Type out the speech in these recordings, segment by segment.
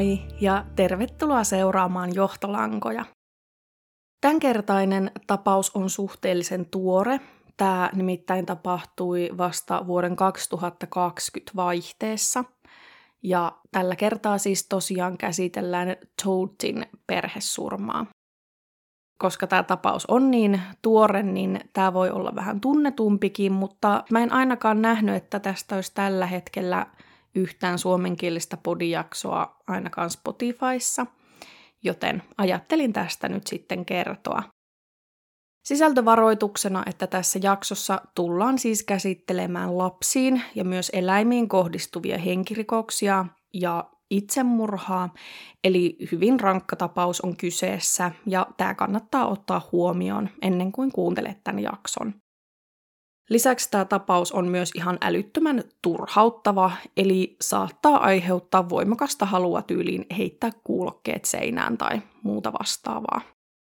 Moi ja tervetuloa seuraamaan Johtolankoja. Tämänkertainen tapaus on suhteellisen tuore. Tämä nimittäin tapahtui vasta vuoden 2020 vaihteessa. Ja tällä kertaa siis tosiaan käsitellään Toadin perhesurmaa. Koska tämä tapaus on niin tuore, niin tämä voi olla vähän tunnetumpikin, mutta mä en ainakaan nähnyt, että tästä olisi tällä hetkellä yhtään suomenkielistä podijaksoa ainakaan Spotifyssa, joten ajattelin tästä nyt sitten kertoa. Sisältövaroituksena, että tässä jaksossa tullaan siis käsittelemään lapsiin ja myös eläimiin kohdistuvia henkirikoksia ja itsemurhaa, eli hyvin rankka tapaus on kyseessä ja tämä kannattaa ottaa huomioon ennen kuin kuuntelet tämän jakson. Lisäksi tämä tapaus on myös ihan älyttömän turhauttava, eli saattaa aiheuttaa voimakasta halua tyyliin heittää kuulokkeet seinään tai muuta vastaavaa.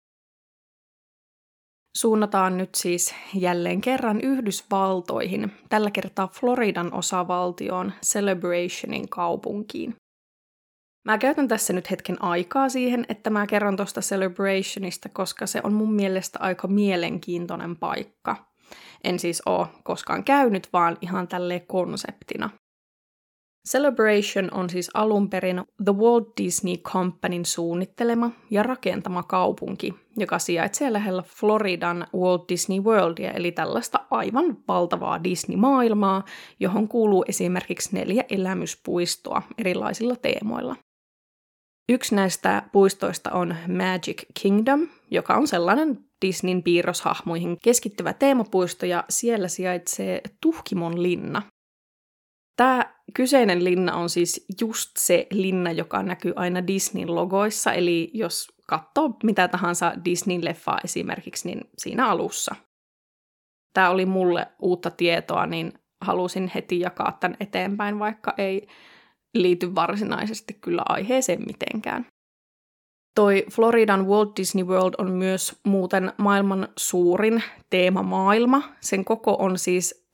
Suunnataan nyt siis jälleen kerran Yhdysvaltoihin, tällä kertaa Floridan osavaltioon Celebrationin kaupunkiin. Mä käytän tässä nyt hetken aikaa siihen, että mä kerron tuosta Celebrationista, koska se on mun mielestä aika mielenkiintoinen paikka. En siis ole koskaan käynyt, vaan ihan tälleen konseptina. Celebration on siis alun perin The Walt Disney Companyn suunnittelema ja rakentama kaupunki, joka sijaitsee lähellä Floridan Walt Disney Worldia, eli tällaista aivan valtavaa Disney-maailmaa, johon kuuluu esimerkiksi 4 elämyspuistoa erilaisilla teemoilla. Yksi näistä puistoista on Magic Kingdom, joka on sellainen Disneyn piirroshahmoihin keskittyvä teemapuisto, ja siellä sijaitsee Tuhkimon linna. Tämä kyseinen linna on siis just se linna, joka näkyy aina Disneyn logoissa, eli jos katsoo mitä tahansa Disney-leffaa esimerkiksi, niin siinä alussa. Tämä oli mulle uutta tietoa, niin halusin heti jakaa tämän eteenpäin, vaikka ei liity varsinaisesti kyllä aiheeseen mitenkään. Toi Floridan Walt Disney World on myös muuten maailman suurin teemamaailma. Sen koko on siis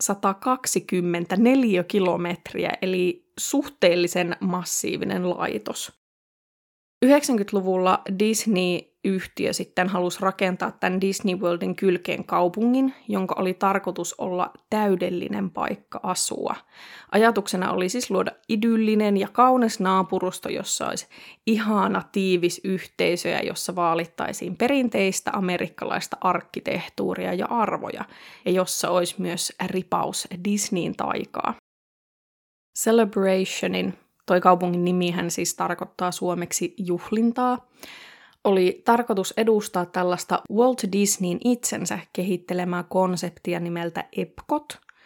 124 kilometriä, eli suhteellisen massiivinen laitos. 90-luvulla Disney-yhtiö sitten halusi rakentaa tämän Disney Worldin kylkeen kaupungin, jonka oli tarkoitus olla täydellinen paikka asua. Ajatuksena oli siis luoda idyllinen ja kaunis naapurusto, jossa olisi ihana tiivis yhteisö ja jossa vaalittaisiin perinteistä amerikkalaista arkkitehtuuria ja arvoja, ja jossa olisi myös ripaus Disneyn taikaa. Celebrationin, toi kaupungin nimihän siis tarkoittaa suomeksi juhlintaa, oli tarkoitus edustaa tällaista Walt Disneyn itsensä kehittelemää konseptia nimeltä EPCOT,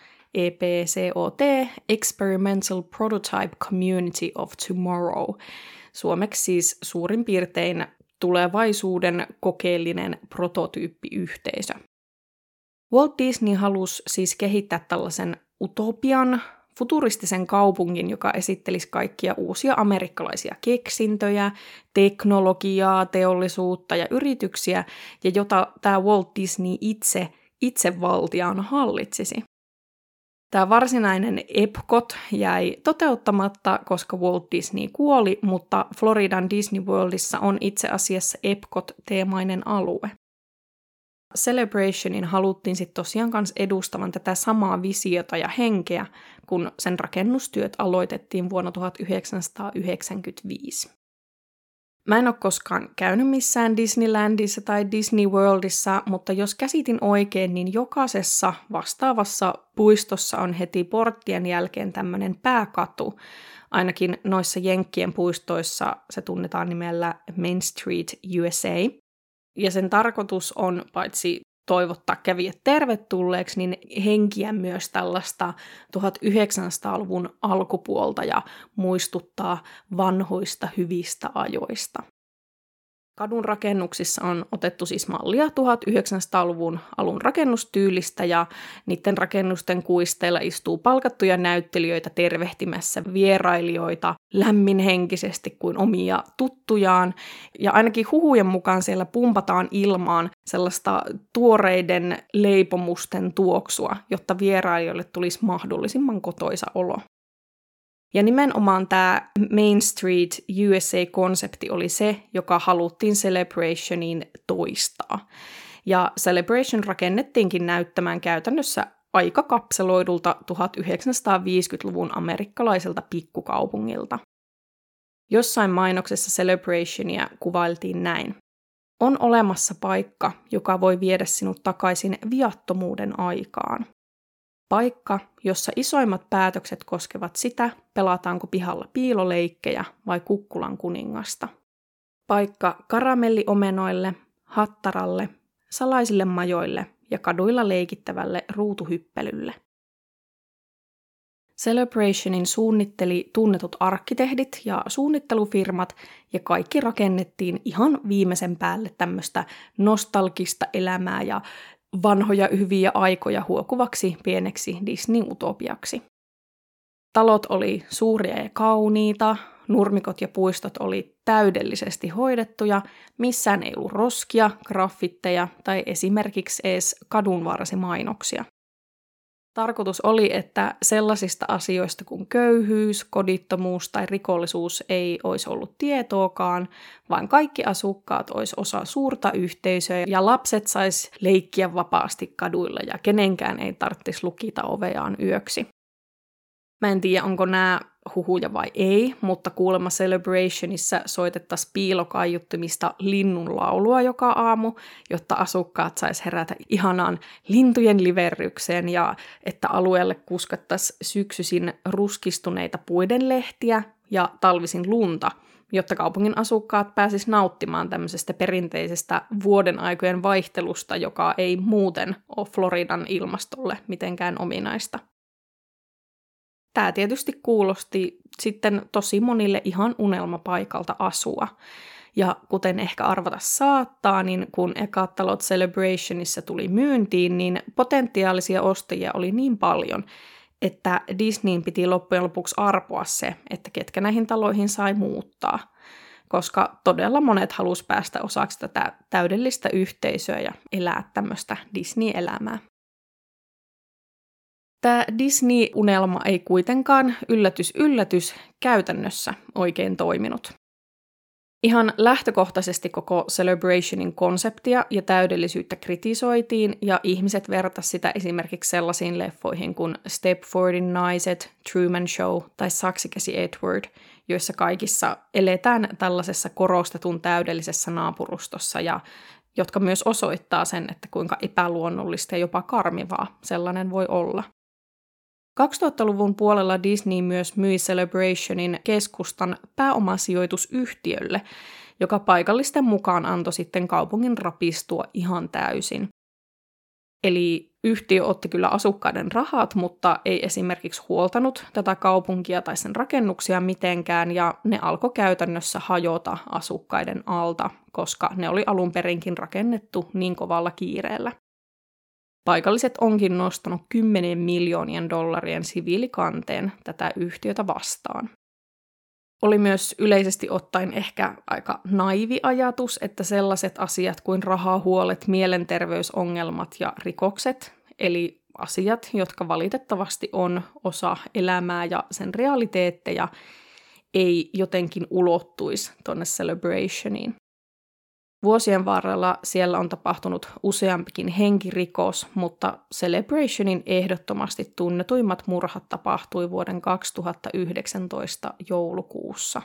EPCOT, Experimental Prototype Community of Tomorrow, suomeksi siis suurin piirtein tulevaisuuden kokeellinen prototyyppiyhteisö. Walt Disney halusi siis kehittää tällaisen utopian, futuristisen kaupungin, joka esittelisi kaikkia uusia amerikkalaisia keksintöjä, teknologiaa, teollisuutta ja yrityksiä, ja jota tämä Walt Disney itsevaltiaana hallitsisi. Tämä varsinainen EPCOT jäi toteuttamatta, koska Walt Disney kuoli, mutta Floridan Disney Worldissa on itse asiassa EPCOT-teemainen alue. Celebrationin haluttiin sitten tosiaan kanssa edustavan tätä samaa visiota ja henkeä, kun sen rakennustyöt aloitettiin vuonna 1995. Mä en ole koskaan käynyt missään Disneylandissa tai Disney Worldissa, mutta jos käsitin oikein, niin jokaisessa vastaavassa puistossa on heti porttien jälkeen tämmöinen pääkatu. Ainakin noissa Jenkkien puistoissa se tunnetaan nimellä Main Street USA. Ja sen tarkoitus on paitsi toivottaa kävijät tervetulleeksi, niin henkiä myös tällaista 1900-luvun alkupuolta ja muistuttaa vanhoista hyvistä ajoista. Kadun rakennuksissa on otettu siis mallia 1900-luvun alun rakennustyylistä ja niiden rakennusten kuisteilla istuu palkattuja näyttelijöitä tervehtimässä vierailijoita lämminhenkisesti kuin omia tuttujaan. Ja ainakin huhujen mukaan siellä pumpataan ilmaan sellaista tuoreiden leipomusten tuoksua, jotta vierailijoille tulisi mahdollisimman kotoisa olo. Ja nimenomaan tämä Main Street USA-konsepti oli se, joka haluttiin Celebrationiin toistaa. Ja Celebration rakennettiinkin näyttämään käytännössä aika kapseloidulta 1950-luvun amerikkalaiselta pikkukaupungilta. Jossain mainoksessa Celebrationia kuvailtiin näin. On olemassa paikka, joka voi viedä sinut takaisin viattomuuden aikaan. Paikka, jossa isoimmat päätökset koskevat sitä, pelataanko pihalla piiloleikkejä vai kukkulan kuningasta. Paikka karamelliomenoille, hattaralle, salaisille majoille ja kaduilla leikittävälle ruutuhyppelylle. Celebrationin suunnitteli tunnetut arkkitehdit ja suunnittelufirmat, ja kaikki rakennettiin ihan viimeisen päälle tämmöistä nostalgista elämää ja vanhoja hyviä aikoja huokuvaksi pieneksi Disney-utopiaksi. Talot oli suuria ja kauniita, nurmikot ja puistot oli täydellisesti hoidettuja, missään ei ollut roskia, graffitteja tai esimerkiksi edes kadunvarsimainoksia. Tarkoitus oli, että sellaisista asioista kuin köyhyys, kodittomuus tai rikollisuus ei olisi ollut tietoakaan, vaan kaikki asukkaat olisi osa suurta yhteisöä ja lapset sais leikkiä vapaasti kaduilla ja kenenkään ei tarvitsisi lukita ovejaan yöksi. Mä en tiedä, onko nämä huhuja vai ei, mutta kuulemma Celebrationissa soitettaisiin piilokaiuttimista linnun laulua joka aamu, jotta asukkaat sais herätä ihanaan lintujen liverrykseen ja että alueelle kuskattaisiin syksyisin ruskistuneita puidenlehtiä ja talvisin lunta, jotta kaupungin asukkaat pääsis nauttimaan tämmöisestä perinteisestä vuoden aikojen vaihtelusta, joka ei muuten ole Floridan ilmastolle mitenkään ominaista. Tämä tietysti kuulosti sitten tosi monille ihan unelmapaikalta asua. Ja kuten ehkä arvata saattaa, niin kun ekat talot Celebrationissa tuli myyntiin, niin potentiaalisia ostajia oli niin paljon, että Disneyn piti loppujen lopuksi arpoa se, että ketkä näihin taloihin sai muuttaa. Koska todella monet halusi päästä osaksi tätä täydellistä yhteisöä ja elää tämmöistä Disney-elämää. Tämä Disney-unelma ei kuitenkaan, yllätys, käytännössä oikein toiminut. Ihan lähtökohtaisesti koko Celebrationin konseptia ja täydellisyyttä kritisoitiin, ja ihmiset vertasivat sitä esimerkiksi sellaisiin leffoihin kuin Stepfordin naiset, Truman Show tai Saksikäsi Edward, joissa kaikissa eletään tällaisessa korostetun täydellisessä naapurustossa, ja jotka myös osoittaa sen, että kuinka epäluonnollista ja jopa karmivaa sellainen voi olla. 2000-luvun puolella Disney myös myi Celebrationin keskustan pääomasijoitusyhtiölle, joka paikallisten mukaan antoi sitten kaupungin rapistua ihan täysin. Eli yhtiö otti kyllä asukkaiden rahat, mutta ei esimerkiksi huoltanut tätä kaupunkia tai sen rakennuksia mitenkään, ja ne alkoi käytännössä hajota asukkaiden alta, koska ne oli alun perinkin rakennettu niin kovalla kiireellä. Paikalliset onkin nostanut 10 miljoonien dollarien siviilikanteen tätä yhtiötä vastaan. Oli myös yleisesti ottaen ehkä aika naivi ajatus, että sellaiset asiat kuin rahahuolet, mielenterveysongelmat ja rikokset, eli asiat, jotka valitettavasti on osa elämää ja sen realiteetteja, ei jotenkin ulottuisi tuonne Celebrationiin. Vuosien varrella siellä on tapahtunut useampikin henkirikos, mutta Celebrationin ehdottomasti tunnetuimmat murhat tapahtui vuoden 2019 joulukuussa.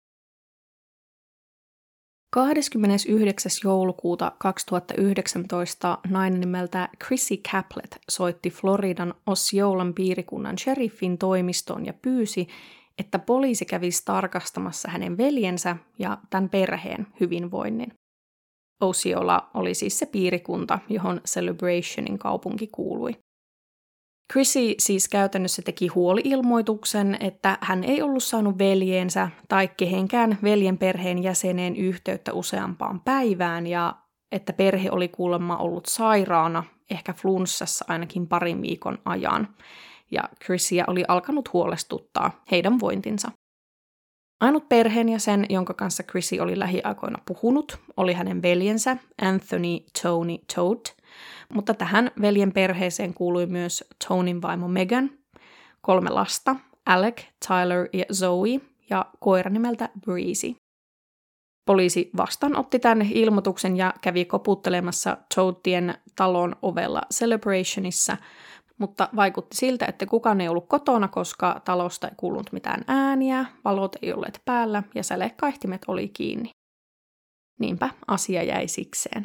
29. joulukuuta 2019 nainen nimeltä Chrissy Caplet soitti Floridan Osceolan piirikunnan sheriffin toimistoon ja pyysi, että poliisi kävisi tarkastamassa hänen veljensä ja tämän perheen hyvinvoinnin. Osceola oli siis se piirikunta, johon Celebrationin kaupunki kuului. Chrissy siis käytännössä teki huoli-ilmoituksen, että hän ei ollut saanut veljeensä tai kehenkään veljen perheen jäseneen yhteyttä useampaan päivään ja että perhe oli kuulemma ollut sairaana, ehkä flunssassa ainakin parin viikon ajan, ja Chrissyä oli alkanut huolestuttaa heidän vointinsa. Ainut perheenjäsen, jonka kanssa Chrissy oli lähiaikoina puhunut, oli hänen veljensä Anthony Tony Todd, mutta tähän veljen perheeseen kuului myös Tonin vaimo Megan, 3 lasta, Alec, Tyler ja Zoe ja koira nimeltä Breezy. Poliisi vastaanotti tämän ilmoituksen ja kävi koputtelemassa Toadien talon ovella Celebrationissa, mutta vaikutti siltä, että kukaan ei ollut kotona, koska talosta ei kuulunut mitään ääniä, valot ei olleet päällä ja sälekaihtimet oli kiinni. Niinpä asia jäi sikseen.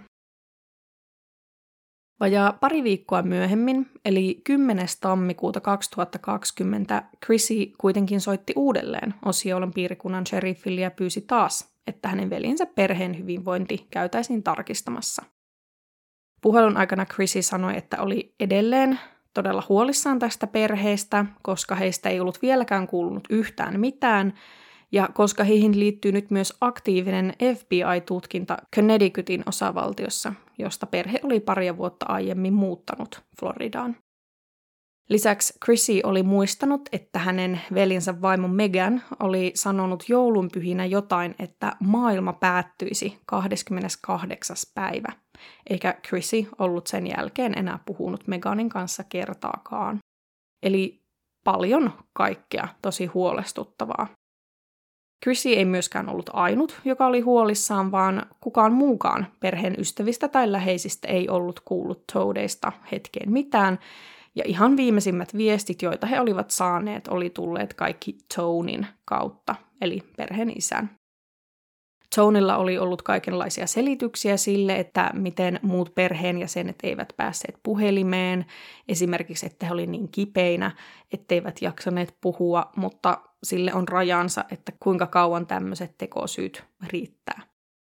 Vajaa pari viikkoa myöhemmin, eli 10. tammikuuta 2020, Chrissy kuitenkin soitti uudelleen Osceolan piirikunnan sheriffille ja pyysi taas, että hänen veljensä perheen hyvinvointi käytäisiin tarkistamassa. Puhelun aikana Chrissy sanoi, että oli edelleen todella huolissaan tästä perheestä, koska heistä ei ollut vieläkään kuulunut yhtään mitään, ja koska heihin liittyy nyt myös aktiivinen FBI-tutkinta Connecticutin osavaltiossa, josta perhe oli paria vuotta aiemmin muuttanut Floridaan. Lisäksi Chrissy oli muistanut, että hänen veljensä vaimo Megan oli sanonut joulunpyhinä jotain, että maailma päättyisi 28. päivä, eikä Chrissy ollut sen jälkeen enää puhunut Meganin kanssa kertaakaan. Eli paljon kaikkea tosi huolestuttavaa. Chrissy ei myöskään ollut ainut, joka oli huolissaan, vaan kukaan muukaan perheen ystävistä tai läheisistä ei ollut kuullut Toadeista hetkeen mitään, ja ihan viimeisimmät viestit, joita he olivat saaneet, oli tulleet kaikki Tonin kautta, eli perheen isän. Tonilla oli ollut kaikenlaisia selityksiä sille, että miten muut perheenjäsenet eivät päässeet puhelimeen, esimerkiksi että he olivat niin kipeinä, etteivät jaksaneet puhua, mutta sille on rajansa, että kuinka kauan tämmöiset tekosyyt riittää.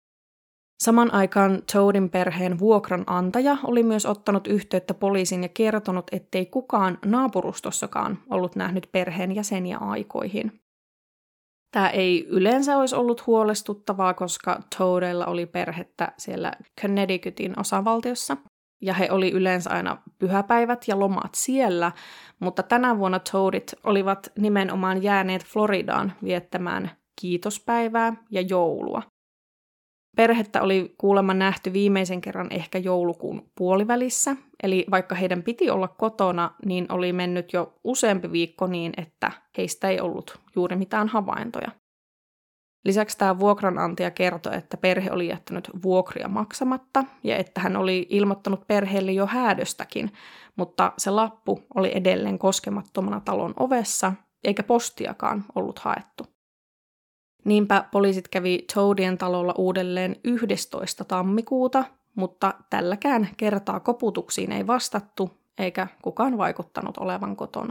Saman aikaan Toadin perheen vuokranantaja oli myös ottanut yhteyttä poliisiin ja kertonut, ettei kukaan naapurustossakaan ollut nähnyt perheenjäseniä aikoihin. Tämä ei yleensä olisi ollut huolestuttavaa, koska Toadilla oli perhettä siellä Connecticutin osavaltiossa, ja he oli yleensä aina pyhäpäivät ja lomat siellä, mutta tänä vuonna Toadit olivat nimenomaan jääneet Floridaan viettämään kiitospäivää ja joulua. Perhettä oli kuulemma nähty viimeisen kerran ehkä joulukuun puolivälissä, eli vaikka heidän piti olla kotona, niin oli mennyt jo useampi viikko niin, että heistä ei ollut juuri mitään havaintoja. Lisäksi tämä vuokranantaja kertoi, että perhe oli jättänyt vuokria maksamatta ja että hän oli ilmoittanut perheelle jo häädöstäkin, mutta se lappu oli edelleen koskemattomana talon ovessa, eikä postiakaan ollut haettu. Niinpä poliisit kävi Toadien talolla uudelleen 11. tammikuuta, mutta tälläkään kertaa koputuksiin ei vastattu, eikä kukaan vaikuttanut olevan kotona.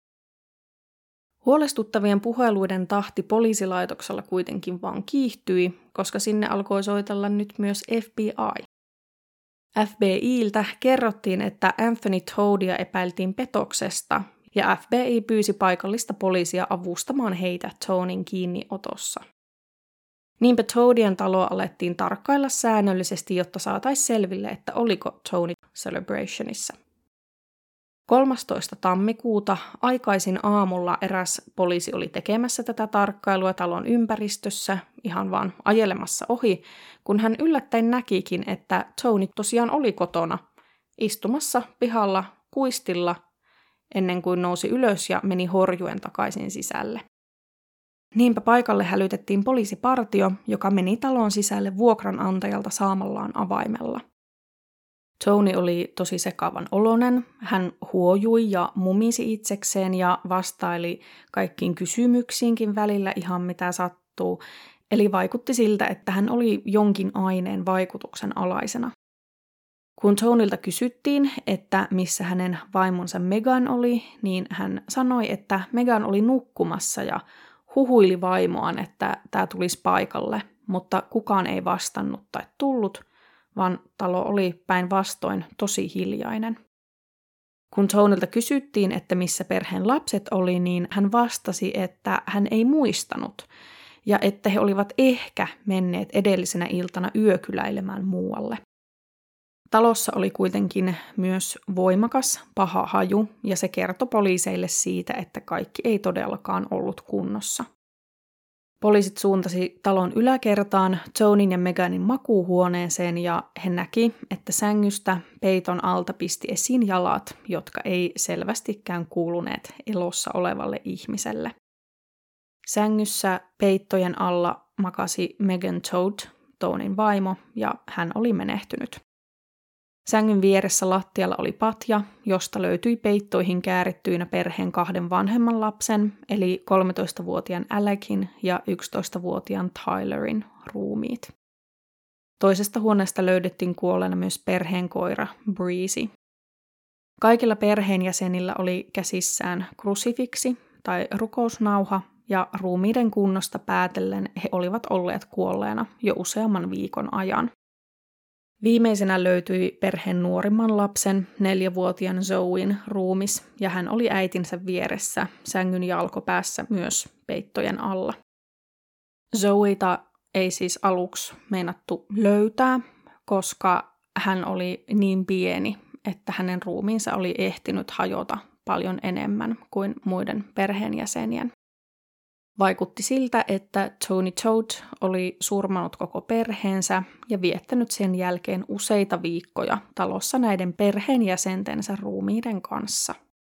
Huolestuttavien puheluiden tahti poliisilaitoksella kuitenkin vaan kiihtyi, koska sinne alkoi soitella nyt myös FBI. FBI:ltä kerrottiin, että Anthony Toadia epäiltiin petoksesta, ja FBI pyysi paikallista poliisia avustamaan heitä Tonin kiinniotossa. Niinpä Toadien taloa alettiin tarkkailla säännöllisesti, jotta saataisiin selville, että oliko Tony Celebrationissa. 13. tammikuuta aikaisin aamulla eräs poliisi oli tekemässä tätä tarkkailua talon ympäristössä, ihan vaan ajelemassa ohi, kun hän yllättäen näkikin, että Tony tosiaan oli kotona, istumassa pihalla kuistilla, ennen kuin nousi ylös ja meni horjuen takaisin sisälle. Niinpä paikalle hälytettiin poliisipartio, joka meni talon sisälle vuokranantajalta saamallaan avaimella. Tony oli tosi sekavan oloinen, hän huojui ja mumisi itsekseen ja vastaili kaikkiin kysymyksiinkin välillä ihan mitä sattuu, eli vaikutti siltä, että hän oli jonkin aineen vaikutuksen alaisena. Kun Tonylta kysyttiin, että missä hänen vaimonsa Megan oli, niin hän sanoi, että Megan oli nukkumassa ja huhuili vaimoaan, että tämä tulisi paikalle, mutta kukaan ei vastannut tai tullut, vaan talo oli päinvastoin tosi hiljainen. Kun Tonylta kysyttiin, että missä perheen lapset oli, niin hän vastasi, että hän ei muistanut ja että he olivat ehkä menneet edellisenä iltana yökyläilemään muualle. Talossa oli kuitenkin myös voimakas, paha haju, ja se kertoi poliiseille siitä, että kaikki ei todellakaan ollut kunnossa. Poliisit suuntasi talon yläkertaan Tonin ja Meganin makuuhuoneeseen ja he näki, että sängystä peiton alta pisti esiin jalat, jotka ei selvästikään kuuluneet elossa olevalle ihmiselle. Sängyssä peittojen alla makasi Megan Todd, Tonin vaimo, ja hän oli menehtynyt. Sängyn vieressä lattialla oli patja, josta löytyi peittoihin käärittyinä perheen 2 vanhemman lapsen, eli 13-vuotiaan Alecin ja 11-vuotiaan Tylerin ruumiit. Toisesta huoneesta löydettiin kuolleena myös perheen koira Breezy. Kaikilla perheenjäsenillä oli käsissään krusifiksi tai rukousnauha, ja ruumiiden kunnosta päätellen he olivat olleet kuolleena jo useamman viikon ajan. Viimeisenä löytyi perheen nuorimman lapsen, 4-vuotiaan Zoen ruumis, ja hän oli äitinsä vieressä sängyn jalkopäässä myös peittojen alla. Zoeta ei siis aluksi meinattu löytää, koska hän oli niin pieni, että hänen ruumiinsa oli ehtinyt hajota paljon enemmän kuin muiden perheenjäsenien. Vaikutti siltä, että Tony Todd oli surmannut koko perheensä ja viettänyt sen jälkeen useita viikkoja talossa näiden perheenjäsentensä ruumiiden kanssa.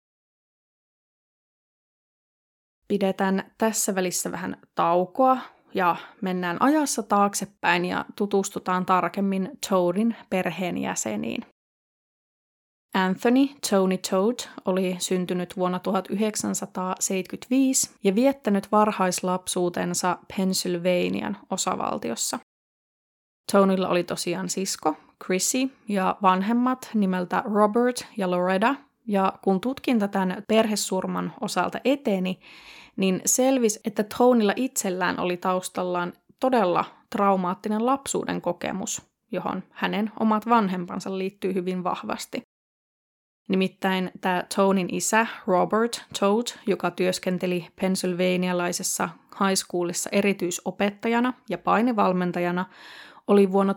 Pidetään tässä välissä vähän taukoa ja mennään ajassa taaksepäin ja tutustutaan tarkemmin Toddin perheenjäseniin. Anthony Tony Todd oli syntynyt vuonna 1975 ja viettänyt varhaislapsuutensa Pennsylvanian osavaltiossa. Tonylla oli tosiaan sisko, Chrissy, ja vanhemmat nimeltä Robert ja Loretta, ja kun tutkinta tämän perhesurman osalta eteni, niin selvisi, että Tonylla itsellään oli taustallaan todella traumaattinen lapsuuden kokemus, johon hänen omat vanhempansa liittyy hyvin vahvasti. Nimittäin tämä Tonyn isä Robert Todd, joka työskenteli pennsylvanialaisessa high schoolissa erityisopettajana ja painevalmentajana, oli vuonna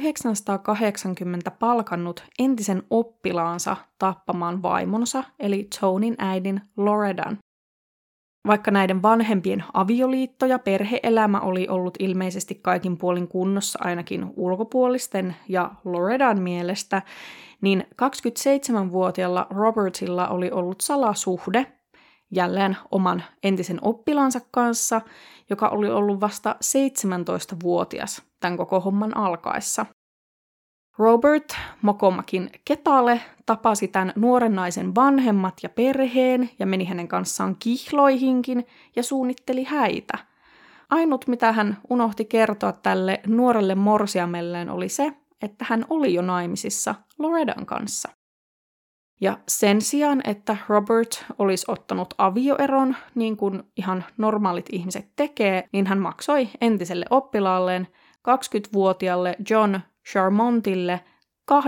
1980 palkannut entisen oppilaansa tappamaan vaimonsa, eli Tonyn äidin Lorettan. Vaikka näiden vanhempien avioliitto ja perhe-elämä oli ollut ilmeisesti kaikin puolin kunnossa ainakin ulkopuolisten ja Lorettan mielestä, niin 27-vuotiaalla Robertilla oli ollut salasuhde jälleen oman entisen oppilaansa kanssa, joka oli ollut vasta 17-vuotias tämän koko homman alkaessa. Robert Mokomakin Ketale tapasi tämän nuoren naisen vanhemmat ja perheen ja meni hänen kanssaan kihloihinkin ja suunnitteli häitä. Ainut, mitä hän unohti kertoa tälle nuorelle morsiamelleen, oli se, että hän oli jo naimisissa Lorettan kanssa. Ja sen sijaan, että Robert olisi ottanut avioeron, niin kuin ihan normaalit ihmiset tekee, niin hän maksoi entiselle oppilaalleen 20-vuotiaalle John Charmontille $800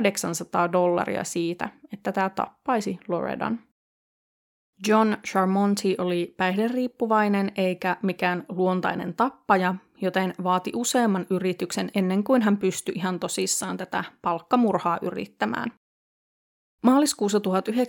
siitä, että tämä tappaisi Lorettan. John Charmonti oli päihderiippuvainen eikä mikään luontainen tappaja, joten vaati useamman yrityksen ennen kuin hän pystyi ihan tosissaan tätä palkkamurhaa yrittämään. Maaliskuussa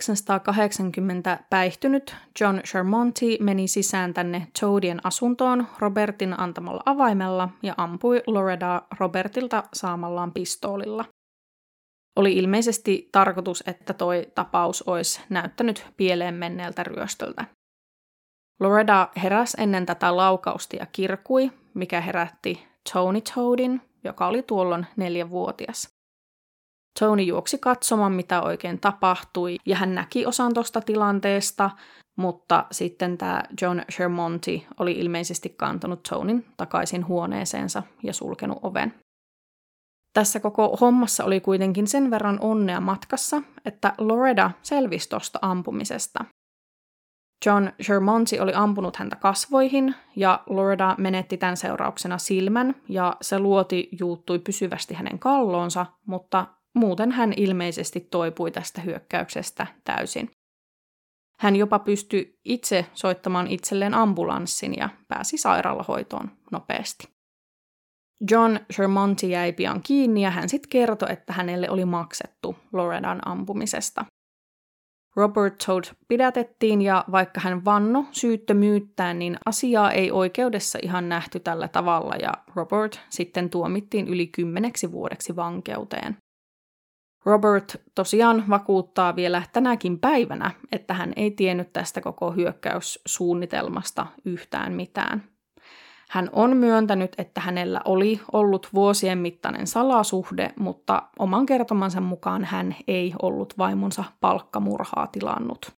1980 päihtynyt John Charmonti meni sisään tänne Toddien asuntoon Robertin antamalla avaimella ja ampui Lorettaa Robertilta saamallaan pistoolilla. Oli ilmeisesti tarkoitus, että toi tapaus olisi näyttänyt pieleen menneeltä ryöstöltä. Loretta heräsi ennen tätä laukausta ja kirkui, mikä herätti Tony Toddin, joka oli tuolloin 4-vuotias. Tony juoksi katsomaan, mitä oikein tapahtui, ja hän näki osan tuosta tilanteesta, mutta sitten tämä John Charmonti oli ilmeisesti kantanut Tonyn takaisin huoneeseensa ja sulkenut oven. Tässä koko hommassa oli kuitenkin sen verran onnea matkassa, että Loretta selvisi tuosta ampumisesta. John Charmonti oli ampunut häntä kasvoihin, ja Loretta menetti tämän seurauksena silmän, ja se luoti juuttui pysyvästi hänen kalloonsa, mutta muuten hän ilmeisesti toipui tästä hyökkäyksestä täysin. Hän jopa pystyi itse soittamaan itselleen ambulanssin ja pääsi sairaalahoitoon nopeasti. John Charmonti jäi pian kiinni ja hän sitten kertoi, että hänelle oli maksettu Lorettan ampumisesta. Robert Todd pidätettiin ja vaikka hän vannoi syyttömyyttään, niin asiaa ei oikeudessa ihan nähty tällä tavalla ja Robert sitten tuomittiin yli 10 vuodeksi vankeuteen. Robert tosiaan vakuuttaa vielä tänäkin päivänä, että hän ei tiennyt tästä koko hyökkäyssuunnitelmasta yhtään mitään. Hän on myöntänyt, että hänellä oli ollut vuosien mittainen salasuhde, mutta oman kertomansa mukaan hän ei ollut vaimonsa palkkamurhaa tilannut.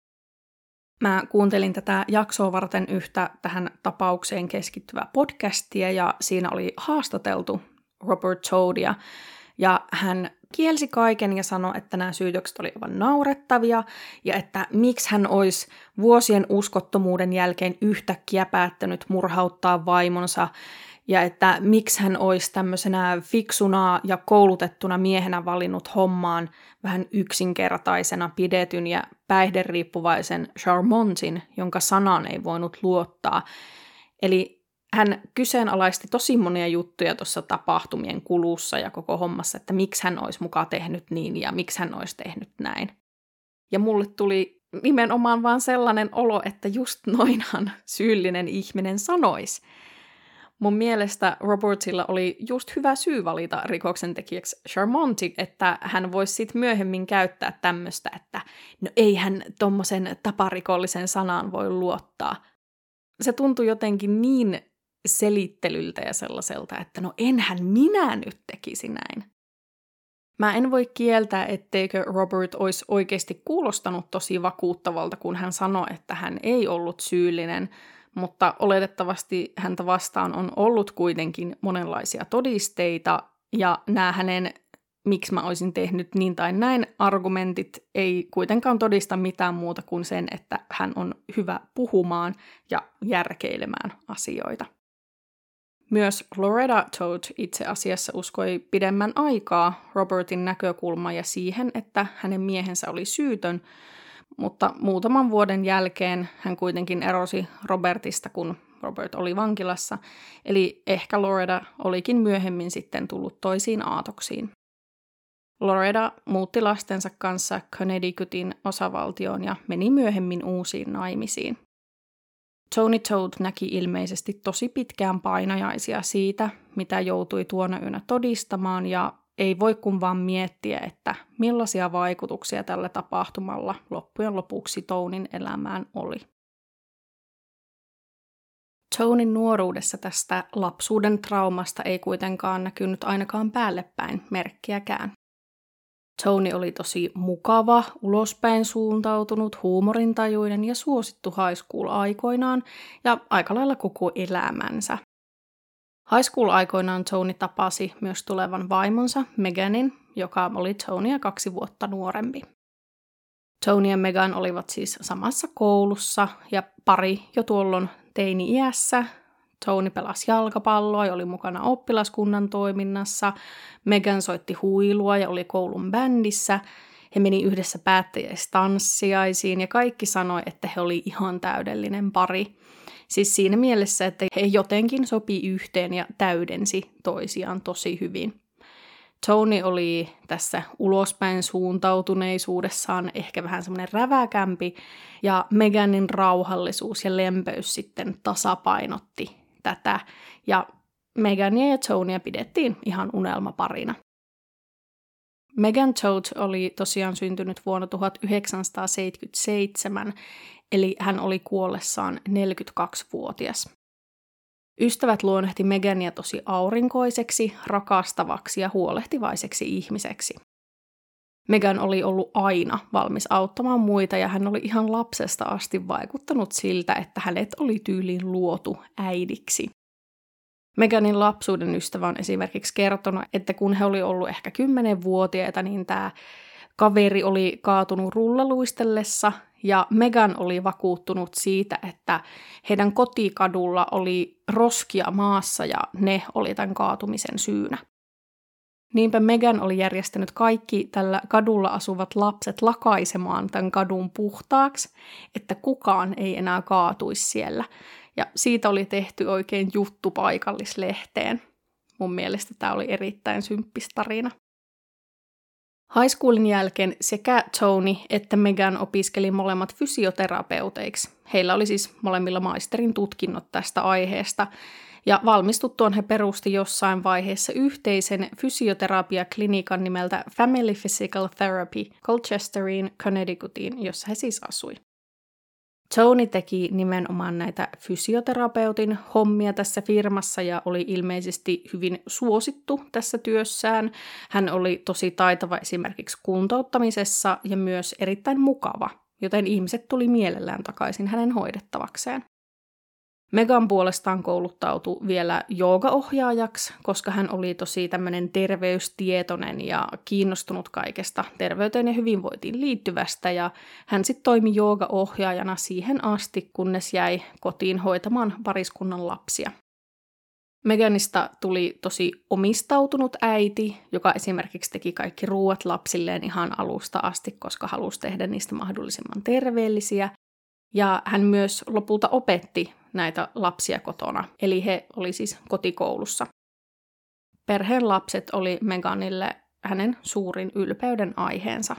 Mä kuuntelin tätä jaksoa varten yhtä tähän tapaukseen keskittyvää podcastia ja siinä oli haastateltu Robert Toddia ja hän kielsi kaiken ja sanoi, että nämä syytökset oli aivan naurettavia ja että miksi hän olisi vuosien uskottomuuden jälkeen yhtäkkiä päättänyt murhauttaa vaimonsa ja että miksi hän olisi tämmöisenä fiksuna ja koulutettuna miehenä valinnut hommaan vähän yksinkertaisena pidetyn ja päihderiippuvaisen Charmontin, jonka sanaan ei voinut luottaa. Eli hän kyseenalaisti tosi monia juttuja tuossa tapahtumien kulussa ja koko hommassa, että miksi hän olisi muka tehnyt niin ja miksi hän olisi tehnyt näin. Ja mulle tuli nimenomaan vaan sellainen olo, että just noinhan syyllinen ihminen sanoisi. Mun mielestä Robertsilla oli just hyvä syy valita rikoksentekijäksi Charmonti, että hän voisi sitten myöhemmin käyttää tämmöistä, että no ei hän tommosen taparikollisen sanaan voi luottaa. Se tuntui jotenkin niin selittelyltä ja sellaiselta, että no enhän minä nyt tekisi näin. Mä en voi kieltää, etteikö Robert olisi oikeasti kuulostanut tosi vakuuttavalta, kun hän sanoi, että hän ei ollut syyllinen, mutta oletettavasti häntä vastaan on ollut kuitenkin monenlaisia todisteita, ja nämä hänen miksi mä olisin tehnyt niin tai näin argumentit ei kuitenkaan todista mitään muuta kuin sen, että hän on hyvä puhumaan ja järkeilemään asioita. Myös Loretta Todd itse asiassa uskoi pidemmän aikaa Robertin näkökulmaa ja siihen, että hänen miehensä oli syytön, mutta muutaman vuoden jälkeen hän kuitenkin erosi Robertista, kun Robert oli vankilassa, eli ehkä Loretta olikin myöhemmin sitten tullut toisiin aatoksiin. Loretta muutti lastensa kanssa Connecticutin osavaltioon ja meni myöhemmin uusiin naimisiin. Tony Todd näki ilmeisesti tosi pitkään painajaisia siitä, mitä joutui tuona yönä todistamaan, ja ei voi kun vaan miettiä, että millaisia vaikutuksia tällä tapahtumalla loppujen lopuksi Tonin elämään oli. Tonin nuoruudessa tästä lapsuuden traumasta ei kuitenkaan näkynyt ainakaan päällepäin merkkiäkään. Tony oli tosi mukava, ulospäin suuntautunut, huumorintajuinen ja suosittu high school aikoinaan ja aika lailla koko elämänsä. High school aikoinaan Tony tapasi myös tulevan vaimonsa Meganin, joka oli Tonya 2 vuotta nuorempi. Tony ja Megan olivat siis samassa koulussa ja pari jo tuolloin teini-iässä. Tony pelasi jalkapalloa ja oli mukana oppilaskunnan toiminnassa. Megan soitti huilua ja oli koulun bändissä. He meni yhdessä päättäjäistanssiaisiin ja kaikki sanoi, että he oli ihan täydellinen pari. Siis siinä mielessä, että he jotenkin sopi yhteen ja täydensi toisiaan tosi hyvin. Tony oli tässä ulospäin suuntautuneisuudessaan ehkä vähän semmoinen räväkämpi ja Meganin rauhallisuus ja lempeys sitten tasapainotti tätä ja Megania ja Tonya pidettiin ihan unelmaparina. Megan Todd oli tosiaan syntynyt vuonna 1977, eli hän oli kuollessaan 42-vuotias. Ystävät luonnehti Megania tosi aurinkoiseksi, rakastavaksi ja huolehtivaiseksi ihmiseksi. Megan oli ollut aina valmis auttamaan muita ja hän oli ihan lapsesta asti vaikuttanut siltä, että hänet oli tyyliin luotu äidiksi. Meganin lapsuuden ystävä on esimerkiksi kertonut, että kun he oli ollut ehkä 10-vuotiaita, niin tämä kaveri oli kaatunut rullaluistellessa ja Megan oli vakuuttunut siitä, että heidän kotikadulla oli roskia maassa ja ne oli tämän kaatumisen syynä. Niinpä Megan oli järjestänyt kaikki tällä kadulla asuvat lapset lakaisemaan tämän kadun puhtaaksi, että kukaan ei enää kaatuisi siellä. Ja siitä oli tehty oikein juttu paikallislehteen. Mun mielestä tämä oli erittäin symppis tarina. High schoolin jälkeen sekä Tony että Megan opiskeli molemmat fysioterapeuteiksi. Heillä oli siis molemmilla maisterin tutkinnot tästä aiheesta, ja valmistuttuaan he perusti jossain vaiheessa yhteisen fysioterapiaklinikan nimeltä Family Physical Therapy Colchesteriin, Connecticutiin, jossa he siis asui. Tony teki nimenomaan näitä fysioterapeutin hommia tässä firmassa ja oli ilmeisesti hyvin suosittu tässä työssään. Hän oli tosi taitava esimerkiksi kuntouttamisessa ja myös erittäin mukava, joten ihmiset tuli mielellään takaisin hänen hoidettavakseen. Megan puolestaan kouluttautui vielä joogaohjaajaksi, koska hän oli tosi tämmöinen terveystietoinen ja kiinnostunut kaikesta terveyteen ja hyvinvointiin liittyvästä, ja hän sitten toimi joogaohjaajana siihen asti, kunnes jäi kotiin hoitamaan pariskunnan lapsia. Meganista tuli tosi omistautunut äiti, joka esimerkiksi teki kaikki ruuat lapsilleen ihan alusta asti, koska halusi tehdä niistä mahdollisimman terveellisiä, ja hän myös lopulta opetti näitä lapsia kotona, eli he oli siis kotikoulussa. Perheen lapset oli Meganille hänen suurin ylpeyden aiheensa.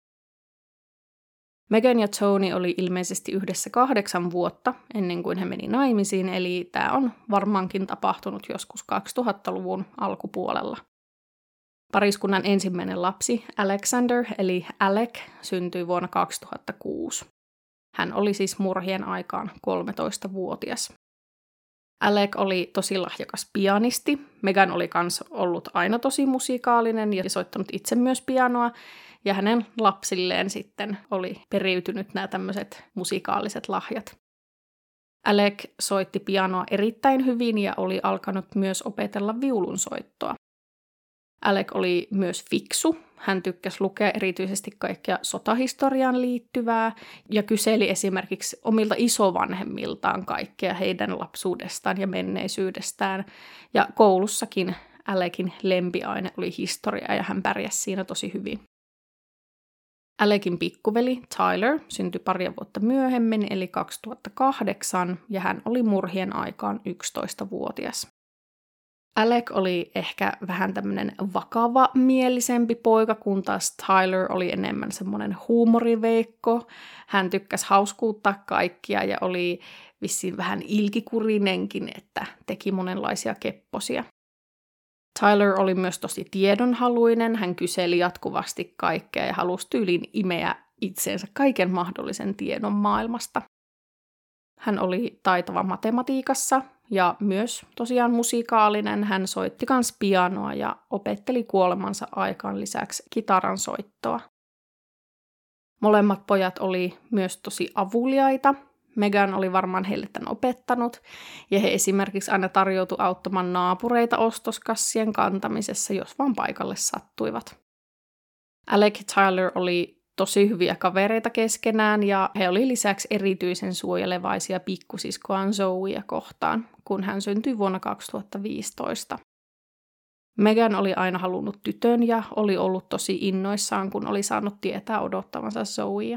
Megan ja Tony oli ilmeisesti yhdessä 8 vuotta ennen kuin he meni naimisiin, eli tämä on varmaankin tapahtunut joskus 2000-luvun alkupuolella. Pariskunnan ensimmäinen lapsi, Alexander eli Alec, syntyi vuonna 2006. Hän oli siis murhien aikaan 13-vuotias. Alec oli tosi lahjakas pianisti. Megan oli kans ollut aina tosi musikaalinen ja soittanut itse myös pianoa. Ja hänen lapsilleen sitten oli periytynyt nämä tämmöiset musikaaliset lahjat. Alec soitti pianoa erittäin hyvin ja oli alkanut myös opetella viulunsoittoa. Alec oli myös fiksu. Hän tykkäsi lukea erityisesti kaikkea sotahistoriaan liittyvää ja kyseli esimerkiksi omilta isovanhemmiltaan kaikkea heidän lapsuudestaan ja menneisyydestään. Ja koulussakin Alecin lempiaine oli historia ja hän pärjäsi siinä tosi hyvin. Alecin pikkuveli Tyler syntyi pari vuotta myöhemmin eli 2008 ja hän oli murhien aikaan 11-vuotias. Alec oli ehkä vähän tämmöinen vakavamielisempi poika, kun taas Tyler oli enemmän semmoinen huumoriveikko. Hän tykkäsi hauskuuttaa kaikkia ja oli vissiin vähän ilkikurinenkin, että teki monenlaisia kepposia. Tyler oli myös tosi tiedonhaluinen, hän kyseli jatkuvasti kaikkea ja halusi tyyliin imeä itseensä kaiken mahdollisen tiedon maailmasta. Hän oli taitava matematiikassa ja myös tosiaan musikaalinen. Hän soitti kans pianoa ja opetteli kuolemansa aikaan lisäksi kitaran soittoa. Molemmat pojat oli myös tosi avuliaita. Megan oli varmaan heille tämän opettanut, ja he esimerkiksi aina tarjoutui auttamaan naapureita ostoskassien kantamisessa, jos vaan paikalle sattuivat. Alec ja Tyler oli tosi hyviä kavereita keskenään, ja he oli lisäksi erityisen suojelevaisia pikkusiskoaan Zoea kohtaan, kun hän syntyi vuonna 2015. Megan oli aina halunnut tytön ja oli ollut tosi innoissaan, kun oli saanut tietää odottavansa Zoea.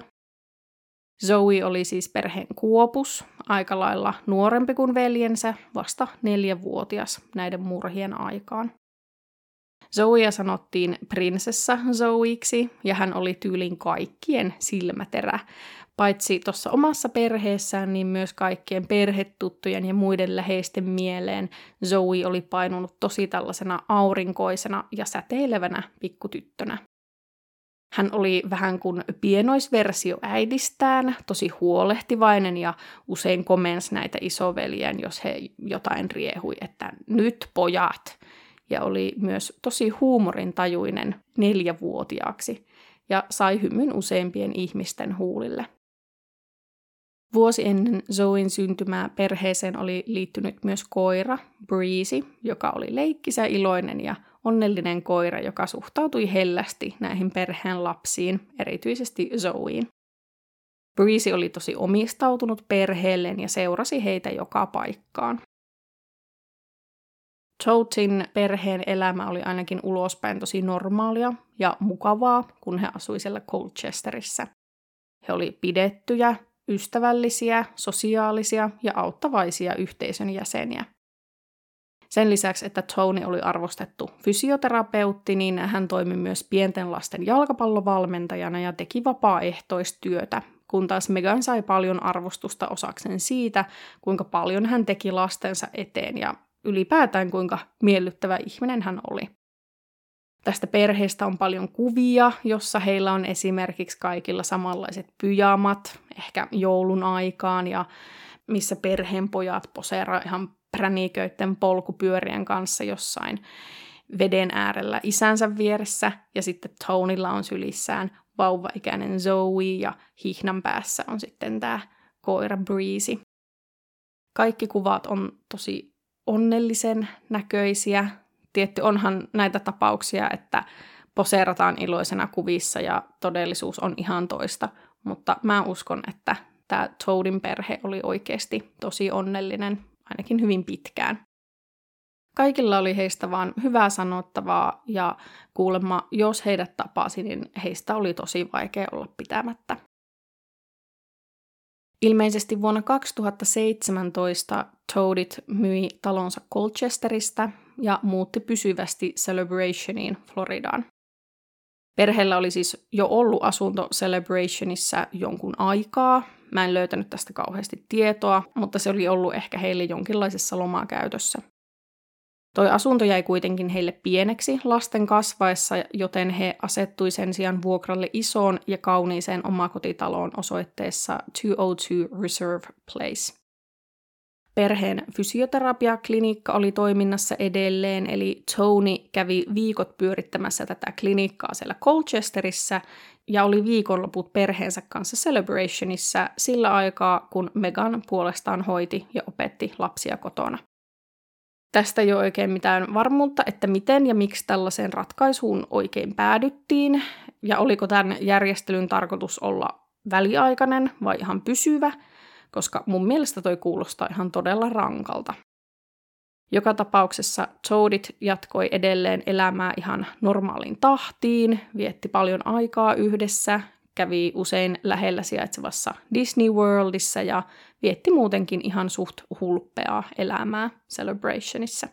Zoe oli siis perheen kuopus, aika lailla nuorempi kuin veljensä, vasta 4-vuotias näiden murhien aikaan. Zoea sanottiin prinsessa Zoeiksi ja hän oli tyylin kaikkien silmäterä. Paitsi tuossa omassa perheessään, niin myös kaikkien perhetuttujen ja muiden läheisten mieleen Zoe oli painunut tosi tällaisena aurinkoisena ja säteilevänä pikkutyttönä. Hän oli vähän kuin pienoisversio äidistään, tosi huolehtivainen ja usein komensi näitä isoveljään, jos he jotain riehui, että nyt pojat. Ja oli myös tosi huumorintajuinen 4-vuotiaaksi ja sai hymyn useimpien ihmisten huulille. Vuosi ennen Zoen syntymää perheeseen oli liittynyt myös koira, Breezy, joka oli leikkisä, iloinen ja onnellinen koira, joka suhtautui hellästi näihin perheen lapsiin, erityisesti Zoeen. Breezy oli tosi omistautunut perheelleen ja seurasi heitä joka paikkaan. Toadin perheen elämä oli ainakin ulospäin tosi normaalia ja mukavaa, kun he asui siellä Colchesterissä. He oli pidettyjä, ystävällisiä, sosiaalisia ja auttavaisia yhteisön jäseniä. Sen lisäksi, että Tony oli arvostettu fysioterapeutti, niin hän toimi myös pienten lasten jalkapallovalmentajana ja teki vapaaehtoistyötä, kun taas Meghan sai paljon arvostusta osakseen siitä, kuinka paljon hän teki lastensa eteen ja ylipäätään kuinka miellyttävä ihminen hän oli. Tästä perheestä on paljon kuvia, jossa heillä on esimerkiksi kaikilla samanlaiset pyjamat, ehkä joulun aikaan, ja missä perheen pojat poseeraa ihan präniköiden polkupyörien kanssa jossain veden äärellä isänsä vieressä, ja sitten Tonylla on sylissään vauvaikäinen Zoe, ja hihnan päässä on sitten tämä koira Breezy. Kaikki kuvat on tosi onnellisen näköisiä. Tietty onhan näitä tapauksia, että poseerataan iloisena kuvissa ja todellisuus on ihan toista, mutta mä uskon, että tämä Toadin perhe oli oikeasti tosi onnellinen, ainakin hyvin pitkään. Kaikilla oli heistä vaan hyvää sanottavaa ja kuulemma, jos heidät tapasi, niin heistä oli tosi vaikea olla pitämättä. Ilmeisesti vuonna 2017 Toadit myi talonsa Colchesterista ja muutti pysyvästi Celebrationiin Floridaan. Perheellä oli siis jo ollut asunto Celebrationissa jonkun aikaa. Mä en löytänyt tästä kauheasti tietoa, mutta se oli ollut ehkä heille jonkinlaisessa lomakäytössä. Toi asunto jäi kuitenkin heille pieneksi lasten kasvaessa, joten he asettui sen sijaan vuokralle isoon ja kauniiseen omakotitaloon osoitteessa 202 Reserve Place. Perheen fysioterapiaklinikka oli toiminnassa edelleen, eli Tony kävi viikot pyörittämässä tätä klinikkaa siellä Colchesterissa ja oli viikonloput perheensä kanssa Celebrationissa sillä aikaa, kun Meghan puolestaan hoiti ja opetti lapsia kotona. Tästä ei ole oikein mitään varmuutta, että miten ja miksi tällaiseen ratkaisuun oikein päädyttiin, ja oliko tämän järjestelyn tarkoitus olla väliaikainen vai ihan pysyvä, koska mun mielestä toi kuulostaa ihan todella rankalta. Joka tapauksessa Toadit jatkoi edelleen elämää ihan normaaliin tahtiin, vietti paljon aikaa yhdessä, kävi usein lähellä sijaitsevassa Disney Worldissa ja vietti muutenkin ihan suht hulppeaa elämää Celebrationissa.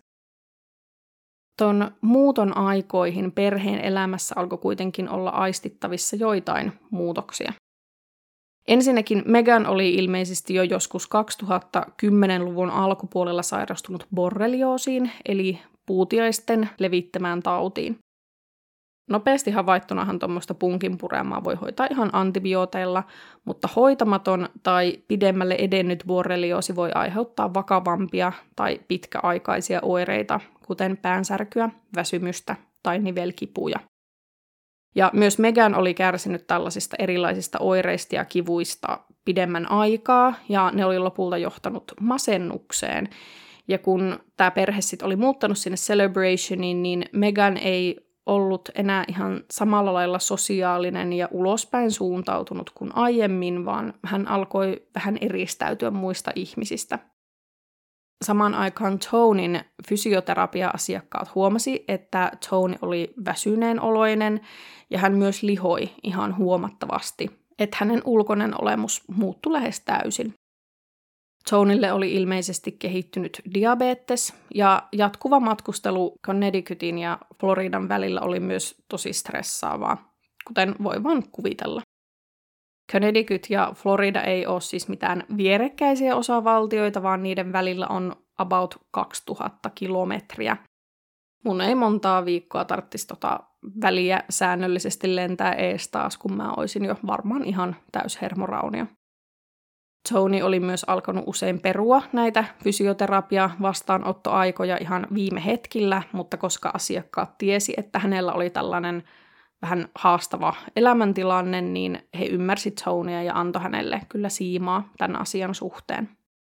Ton muuton aikoihin perheen elämässä alkoi kuitenkin olla aistittavissa joitain muutoksia. Ensinnäkin Meghan oli ilmeisesti jo joskus 2010-luvun alkupuolella sairastunut borrelioosiin, eli puutiaisten levittämään tautiin. Nopeasti havaittunahan tuommoista punkinpuremaa voi hoitaa ihan antibiooteilla, mutta hoitamaton tai pidemmälle edennyt borrelioosi voi aiheuttaa vakavampia tai pitkäaikaisia oireita, kuten päänsärkyä, väsymystä tai nivelkipuja. Ja myös Meghan oli kärsinyt tällaisista erilaisista oireista ja kivuista pidemmän aikaa, ja ne oli lopulta johtanut masennukseen. Ja kun tämä perhe sitten oli muuttanut sinne Celebrationiin, niin Meghan ei ollut enää ihan samalla lailla sosiaalinen ja ulospäin suuntautunut kuin aiemmin, vaan hän alkoi vähän eristäytyä muista ihmisistä. Samaan aikaan Tonyn fysioterapia-asiakkaat huomasi, että Tony oli väsyneen oloinen ja hän myös lihoi ihan huomattavasti, että hänen ulkoinen olemus muuttui lähes täysin. Tonylle oli ilmeisesti kehittynyt diabetes ja jatkuva matkustelu Connecticutin ja Floridan välillä oli myös tosi stressaavaa, kuten voi vaan kuvitella. Connecticut ja Florida ei ole siis mitään vierekkäisiä osavaltioita, vaan niiden välillä on about 2000 kilometriä. Mun ei montaa viikkoa tarvitsisi väliä säännöllisesti lentää ees taas, kun mä olisin jo varmaan ihan täyshermoraunio. Tony oli myös alkanut usein perua näitä fysioterapia-vastaanottoaikoja ihan viime hetkillä, mutta koska asiakkaat tiesi, että hänellä oli tällainen vähän haastava elämäntilanne, niin he ymmärsi Tonya ja antoi hänelle kyllä siimaa tämän asian suhteen.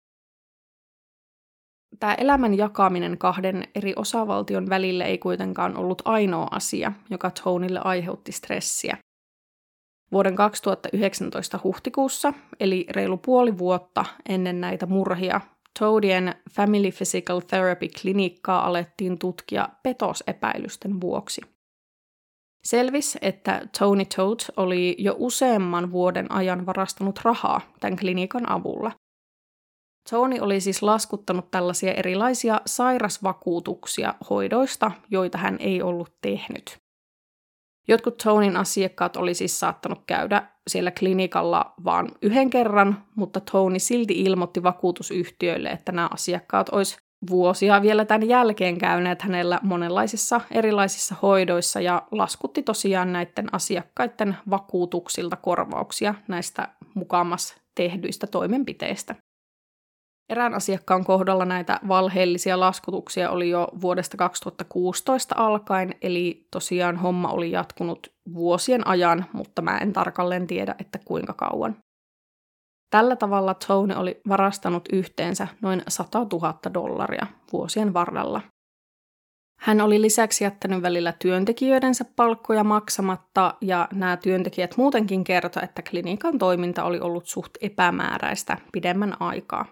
Tämä elämän jakaminen kahden eri osavaltion välille ei kuitenkaan ollut ainoa asia, joka Tonylle aiheutti stressiä. Vuoden 2019 huhtikuussa, eli reilu puoli vuotta ennen näitä murhia, Toadien Family Physical Therapy-klinikkaa alettiin tutkia petosepäilysten vuoksi. Selvisi, että Tony Toad oli jo useamman vuoden ajan varastanut rahaa tämän klinikan avulla. Tony oli siis laskuttanut tällaisia erilaisia sairasvakuutuksia hoidoista, joita hän ei ollut tehnyt. Jotkut Tonyn asiakkaat oli siis saattanut käydä siellä klinikalla vain yhden kerran, mutta Tony silti ilmoitti vakuutusyhtiöille, että nämä asiakkaat olisi vuosia vielä tämän jälkeen käyneet hänellä monenlaisissa erilaisissa hoidoissa ja laskutti tosiaan näiden asiakkaiden vakuutuksilta korvauksia näistä mukamas tehdyistä toimenpiteistä. Erään asiakkaan kohdalla näitä valheellisia laskutuksia oli jo vuodesta 2016 alkaen, eli tosiaan homma oli jatkunut vuosien ajan, mutta mä en tarkalleen tiedä, että kuinka kauan. Tällä tavalla Tony oli varastanut yhteensä noin $100,000 vuosien varrella. Hän oli lisäksi jättänyt välillä työntekijöidensä palkkoja maksamatta, ja nämä työntekijät muutenkin kertoi, että klinikan toiminta oli ollut suht epämääräistä pidemmän aikaa.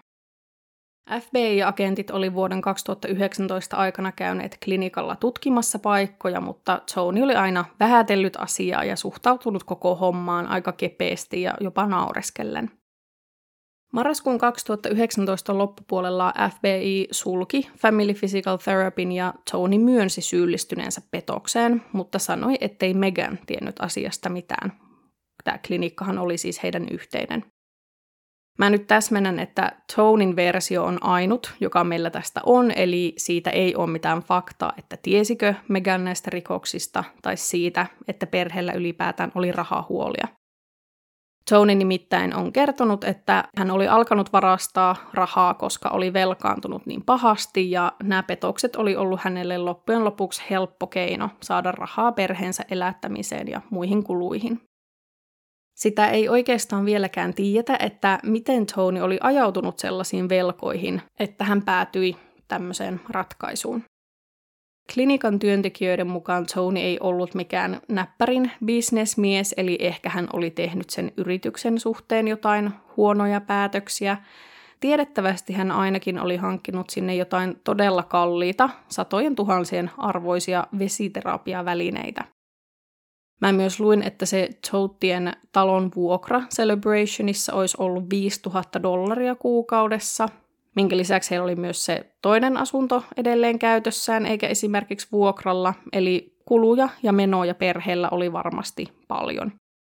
FBI-agentit oli vuoden 2019 aikana käyneet klinikalla tutkimassa paikkoja, mutta Tony oli aina vähätellyt asiaa ja suhtautunut koko hommaan aika kepeästi ja jopa naureskellen. Marraskuun 2019 loppupuolella FBI sulki Family Physical Therapyn ja Tony myönsi syyllistyneensä petokseen, mutta sanoi, ettei Megan tiennyt asiasta mitään. Tämä klinikkahan oli siis heidän yhteinen. Mä nyt täsmennän, että Tonyn versio on ainut, joka meillä tästä on, eli siitä ei ole mitään faktaa, että tiesikö Megan näistä rikoksista tai siitä, että perheellä ylipäätään oli rahahuolia. Tony nimittäin on kertonut, että hän oli alkanut varastaa rahaa, koska oli velkaantunut niin pahasti, ja nämä petokset oli ollut hänelle loppujen lopuksi helppo keino saada rahaa perheensä elättämiseen ja muihin kuluihin. Sitä ei oikeastaan vieläkään tiedetä, että miten Tony oli ajautunut sellaisiin velkoihin, että hän päätyi tämmöiseen ratkaisuun. Klinikan työntekijöiden mukaan Tony ei ollut mikään näppärin bisnesmies, eli ehkä hän oli tehnyt sen yrityksen suhteen jotain huonoja päätöksiä. Tiedettävästi hän ainakin oli hankkinut sinne jotain todella kalliita, satojen tuhansien arvoisia vesiterapiavälineitä. Mä myös luin, että se Totien talon vuokra Celebrationissa olisi ollut $5,000 kuukaudessa, minkä lisäksi heillä oli myös se toinen asunto edelleen käytössään, eikä esimerkiksi vuokralla, eli kuluja ja menoja perheellä oli varmasti paljon.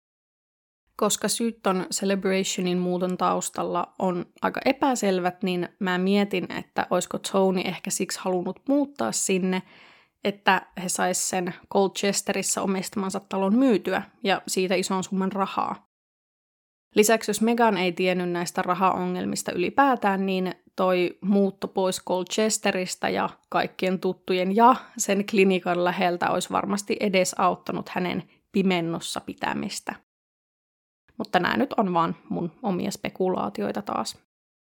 Koska syyt on Celebrationin muuton taustalla on aika epäselvät, niin mä mietin, että olisiko Tony ehkä siksi halunnut muuttaa sinne, että he sais sen Colchesterissa omistamansa talon myytyä ja siitä ison summan rahaa. Lisäksi jos Megan ei tiennyt näistä rahaongelmista ylipäätään, niin toi muutto pois Colchesterista ja kaikkien tuttujen ja sen klinikan läheltä olisi varmasti edesauttanut hänen pimennossa pitämistä. Mutta nämä nyt on vaan mun omia spekulaatioita taas.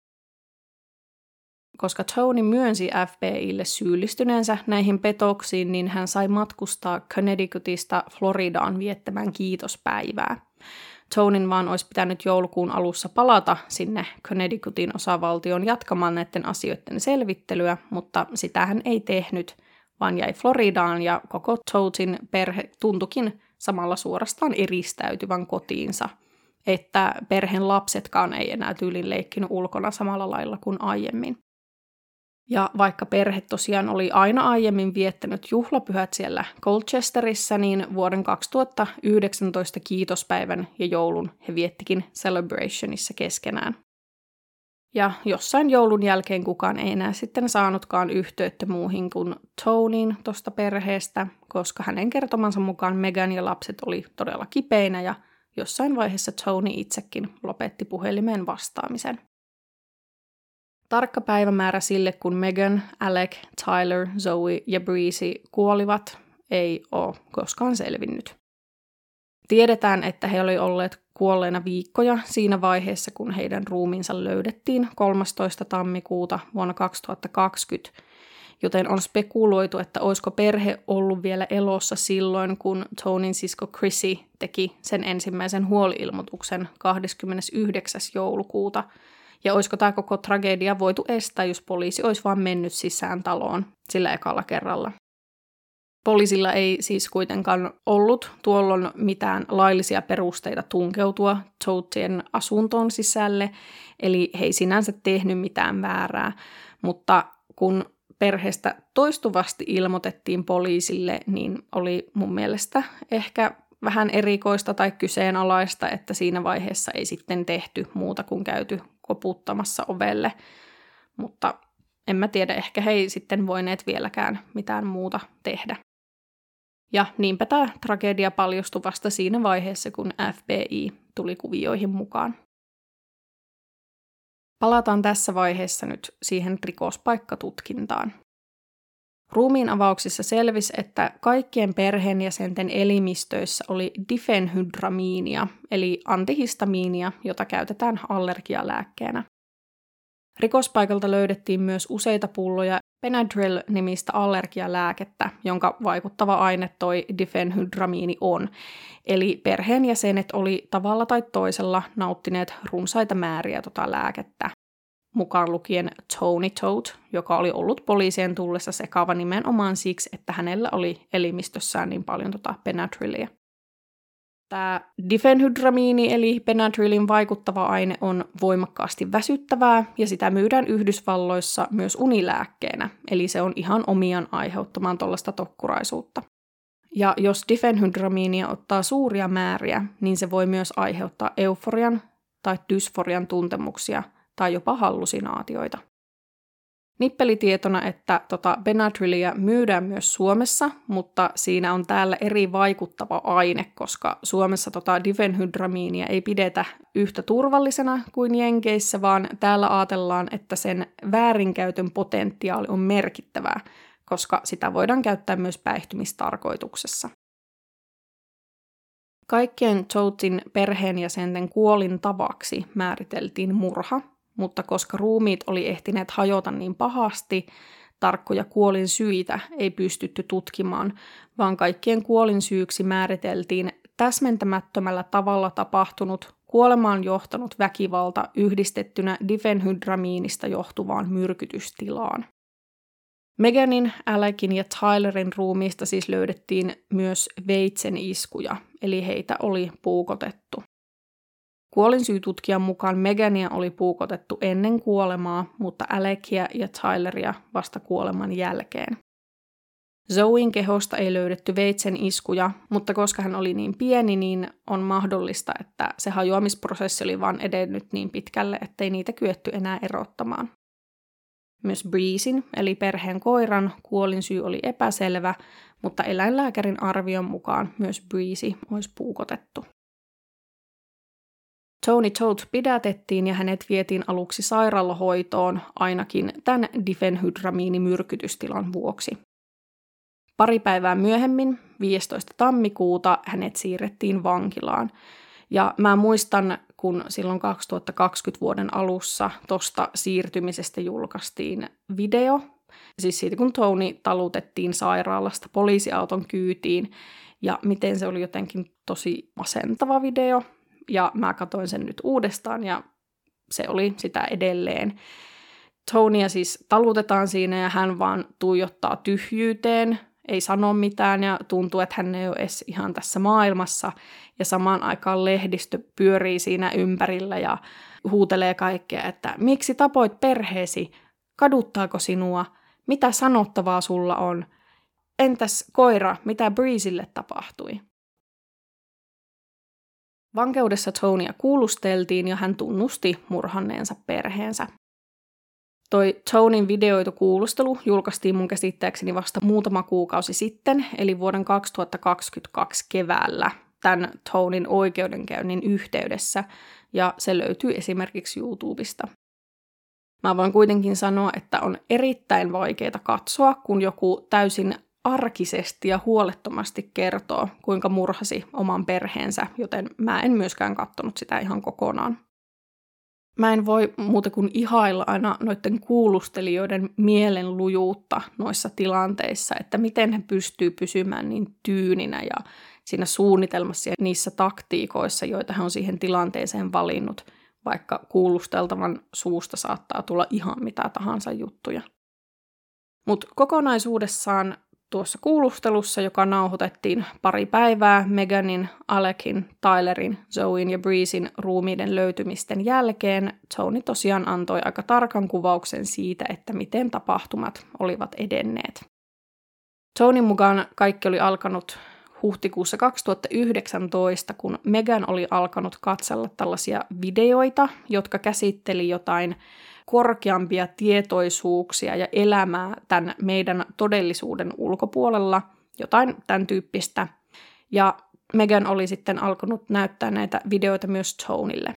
Koska Tony myönsi FBI:lle syyllistyneensä näihin petoksiin, niin hän sai matkustaa Connecticutista Floridaan viettämään kiitospäivää. Tonyn vaan olisi pitänyt joulukuun alussa palata sinne Connecticutin osavaltioon jatkamaan näiden asioiden selvittelyä, mutta sitä hän ei tehnyt, vaan jäi Floridaan ja koko Totyn perhe tuntukin samalla suorastaan eristäytyvän kotiinsa, että perheen lapsetkaan ei enää tyylin leikkinyt ulkona samalla lailla kuin aiemmin. Ja vaikka perhe tosiaan oli aina aiemmin viettänyt juhlapyhät siellä Colchesterissa, niin vuoden 2019 kiitospäivän ja joulun he viettikin Celebrationissa keskenään. Ja jossain joulun jälkeen kukaan ei enää sitten saanutkaan yhteyttä muuhin kuin Tonyin tuosta perheestä, koska hänen kertomansa mukaan Megan ja lapset oli todella kipeinä ja jossain vaiheessa Tony itsekin lopetti puhelimeen vastaamisen. Tarkka päivämäärä sille, kun Megan, Alec, Tyler, Zoe ja Breezy kuolivat, ei ole koskaan selvinnyt. Tiedetään, että he olivat olleet kuolleena viikkoja siinä vaiheessa, kun heidän ruumiinsa löydettiin 13. tammikuuta vuonna 2020, joten on spekuloitu, että olisiko perhe ollut vielä elossa silloin, kun Tonyn sisko Chrissy teki sen ensimmäisen huoli-ilmoituksen 29. joulukuuta, ja olisiko tämä koko tragedia voitu estää, jos poliisi olisi vaan mennyt sisään taloon sillä ekalla kerralla. Poliisilla ei siis kuitenkaan ollut tuolloin mitään laillisia perusteita tunkeutua Todtien asuntoon sisälle, eli he ei sinänsä tehnyt mitään väärää, mutta kun perheestä toistuvasti ilmoitettiin poliisille, niin oli mun mielestä ehkä vähän erikoista tai kyseenalaista, että siinä vaiheessa ei sitten tehty muuta kuin käyty koputtamassa ovelle, mutta en mä tiedä, ehkä he ei sitten voineet vieläkään mitään muuta tehdä. Ja niinpä tämä tragedia paljastui vasta siinä vaiheessa, kun FBI tuli kuvioihin mukaan. Palataan tässä vaiheessa nyt siihen rikospaikkatutkintaan. Ruumiin avauksissa selvisi, että kaikkien perheenjäsenten elimistöissä oli difenhydramiinia, eli antihistamiinia, jota käytetään allergialääkkeenä. Rikospaikalta löydettiin myös useita pulloja Benadryl-nimistä allergialääkettä, jonka vaikuttava aine toi difenhydramiini on, eli perheenjäsenet oli tavalla tai toisella nauttineet runsaita määriä tota lääkettä, mukaan lukien Tony Todd, joka oli ollut poliisien tullessa sekava nimenomaan siksi, että hänellä oli elimistössään niin paljon tota Benadrylia. Tämä difenhydramiini eli Benadrylin vaikuttava aine on voimakkaasti väsyttävää ja sitä myydään Yhdysvalloissa myös unilääkkeenä, eli se on ihan omiaan aiheuttamaan tuollaista tokkuraisuutta. Ja jos difenhydramiinia ottaa suuria määriä, niin se voi myös aiheuttaa euforian tai dysforian tuntemuksia tai jopa hallusinaatioita. Nippelitietona, että Benadrylia myydään myös Suomessa, mutta siinä on täällä eri vaikuttava aine, koska Suomessa difenhydramiinia ei pidetä yhtä turvallisena kuin Jenkeissä, vaan täällä ajatellaan, että sen väärinkäytön potentiaali on merkittävää, koska sitä voidaan käyttää myös päihtymistarkoituksessa. Kaikkien Toddin perheenjäsenten kuolintavaksi määriteltiin murha, mutta koska ruumiit oli ehtineet hajota niin pahasti, tarkkoja kuolinsyitä ei pystytty tutkimaan, vaan kaikkien kuolinsyyksi määriteltiin täsmentämättömällä tavalla tapahtunut kuolemaan johtanut väkivalta yhdistettynä difenhydramiinista johtuvaan myrkytystilaan. Meganin, Alecin ja Tylerin ruumiista siis löydettiin myös veitsen iskuja, eli heitä oli puukotettu. Kuolinsyytutkijan mukaan Megania oli puukotettu ennen kuolemaa, mutta Alecia ja Tyleria vasta kuoleman jälkeen. Zoen kehosta ei löydetty veitsen iskuja, mutta koska hän oli niin pieni, niin on mahdollista, että se hajoamisprosessi oli vaan edennyt niin pitkälle, ettei niitä kyetty enää erottamaan. Myös Breezin, eli perheen koiran, kuolinsyy oli epäselvä, mutta eläinlääkärin arvion mukaan myös Breezy olisi puukotettu. Tony Todd pidätettiin ja hänet vietiin aluksi sairaalahoitoon ainakin tämän difenhydramiinimyrkytystilan vuoksi. Pari päivää myöhemmin, 15. tammikuuta, hänet siirrettiin vankilaan. Ja mä muistan, kun silloin 2020 vuoden alussa tosta siirtymisestä julkaistiin video, siis siitä kun Tony talutettiin sairaalasta poliisiauton kyytiin, ja miten se oli jotenkin tosi masentava video. Ja mä katsoin sen nyt uudestaan ja se oli sitä edelleen. Tonya siis talutetaan siinä ja hän vaan tuijottaa tyhjyyteen, ei sano mitään ja tuntuu, että hän ei ole edes ihan tässä maailmassa. Ja samaan aikaan lehdistö pyörii siinä ympärillä ja huutelee kaikkea, että miksi tapoit perheesi, kaduttaako sinua, mitä sanottavaa sulla on, entäs koira, mitä Breezille tapahtui? Vankeudessa Tonya kuulusteltiin ja hän tunnusti murhanneensa perheensä. Toi Tonyn videoitu kuulustelu julkaistiin mun käsittääkseni vasta muutama kuukausi sitten, eli vuoden 2022 keväällä, tämän Tonyn oikeudenkäynnin yhteydessä, ja se löytyy esimerkiksi YouTubesta. Mä voin kuitenkin sanoa, että on erittäin vaikeaa katsoa, kun joku täysin arkisesti ja huolettomasti kertoo, kuinka murhasi oman perheensä, joten mä en myöskään katsonut sitä ihan kokonaan. Mä en voi muuta kuin ihailla aina noiden kuulustelijoiden mielenlujuutta noissa tilanteissa, että miten he pystyy pysymään niin tyyninä ja siinä suunnitelmassa ja niissä taktiikoissa, joita he on siihen tilanteeseen valinnut, vaikka kuulusteltavan suusta saattaa tulla ihan mitä tahansa juttuja. Mutta kokonaisuudessaan tuossa kuulustelussa, joka nauhoitettiin pari päivää Meganin, Alekin, Tylerin, Zoen ja Breezin ruumiiden löytymisten jälkeen, Tony tosiaan antoi aika tarkan kuvauksen siitä, että miten tapahtumat olivat edenneet. Tonyn mukaan kaikki oli alkanut huhtikuussa 2019, kun Megan oli alkanut katsella tällaisia videoita, jotka käsitteli jotain korkeampia tietoisuuksia ja elämää tämän meidän todellisuuden ulkopuolella, jotain tämän tyyppistä. Ja Megan oli sitten alkanut näyttää näitä videoita myös Tonylle.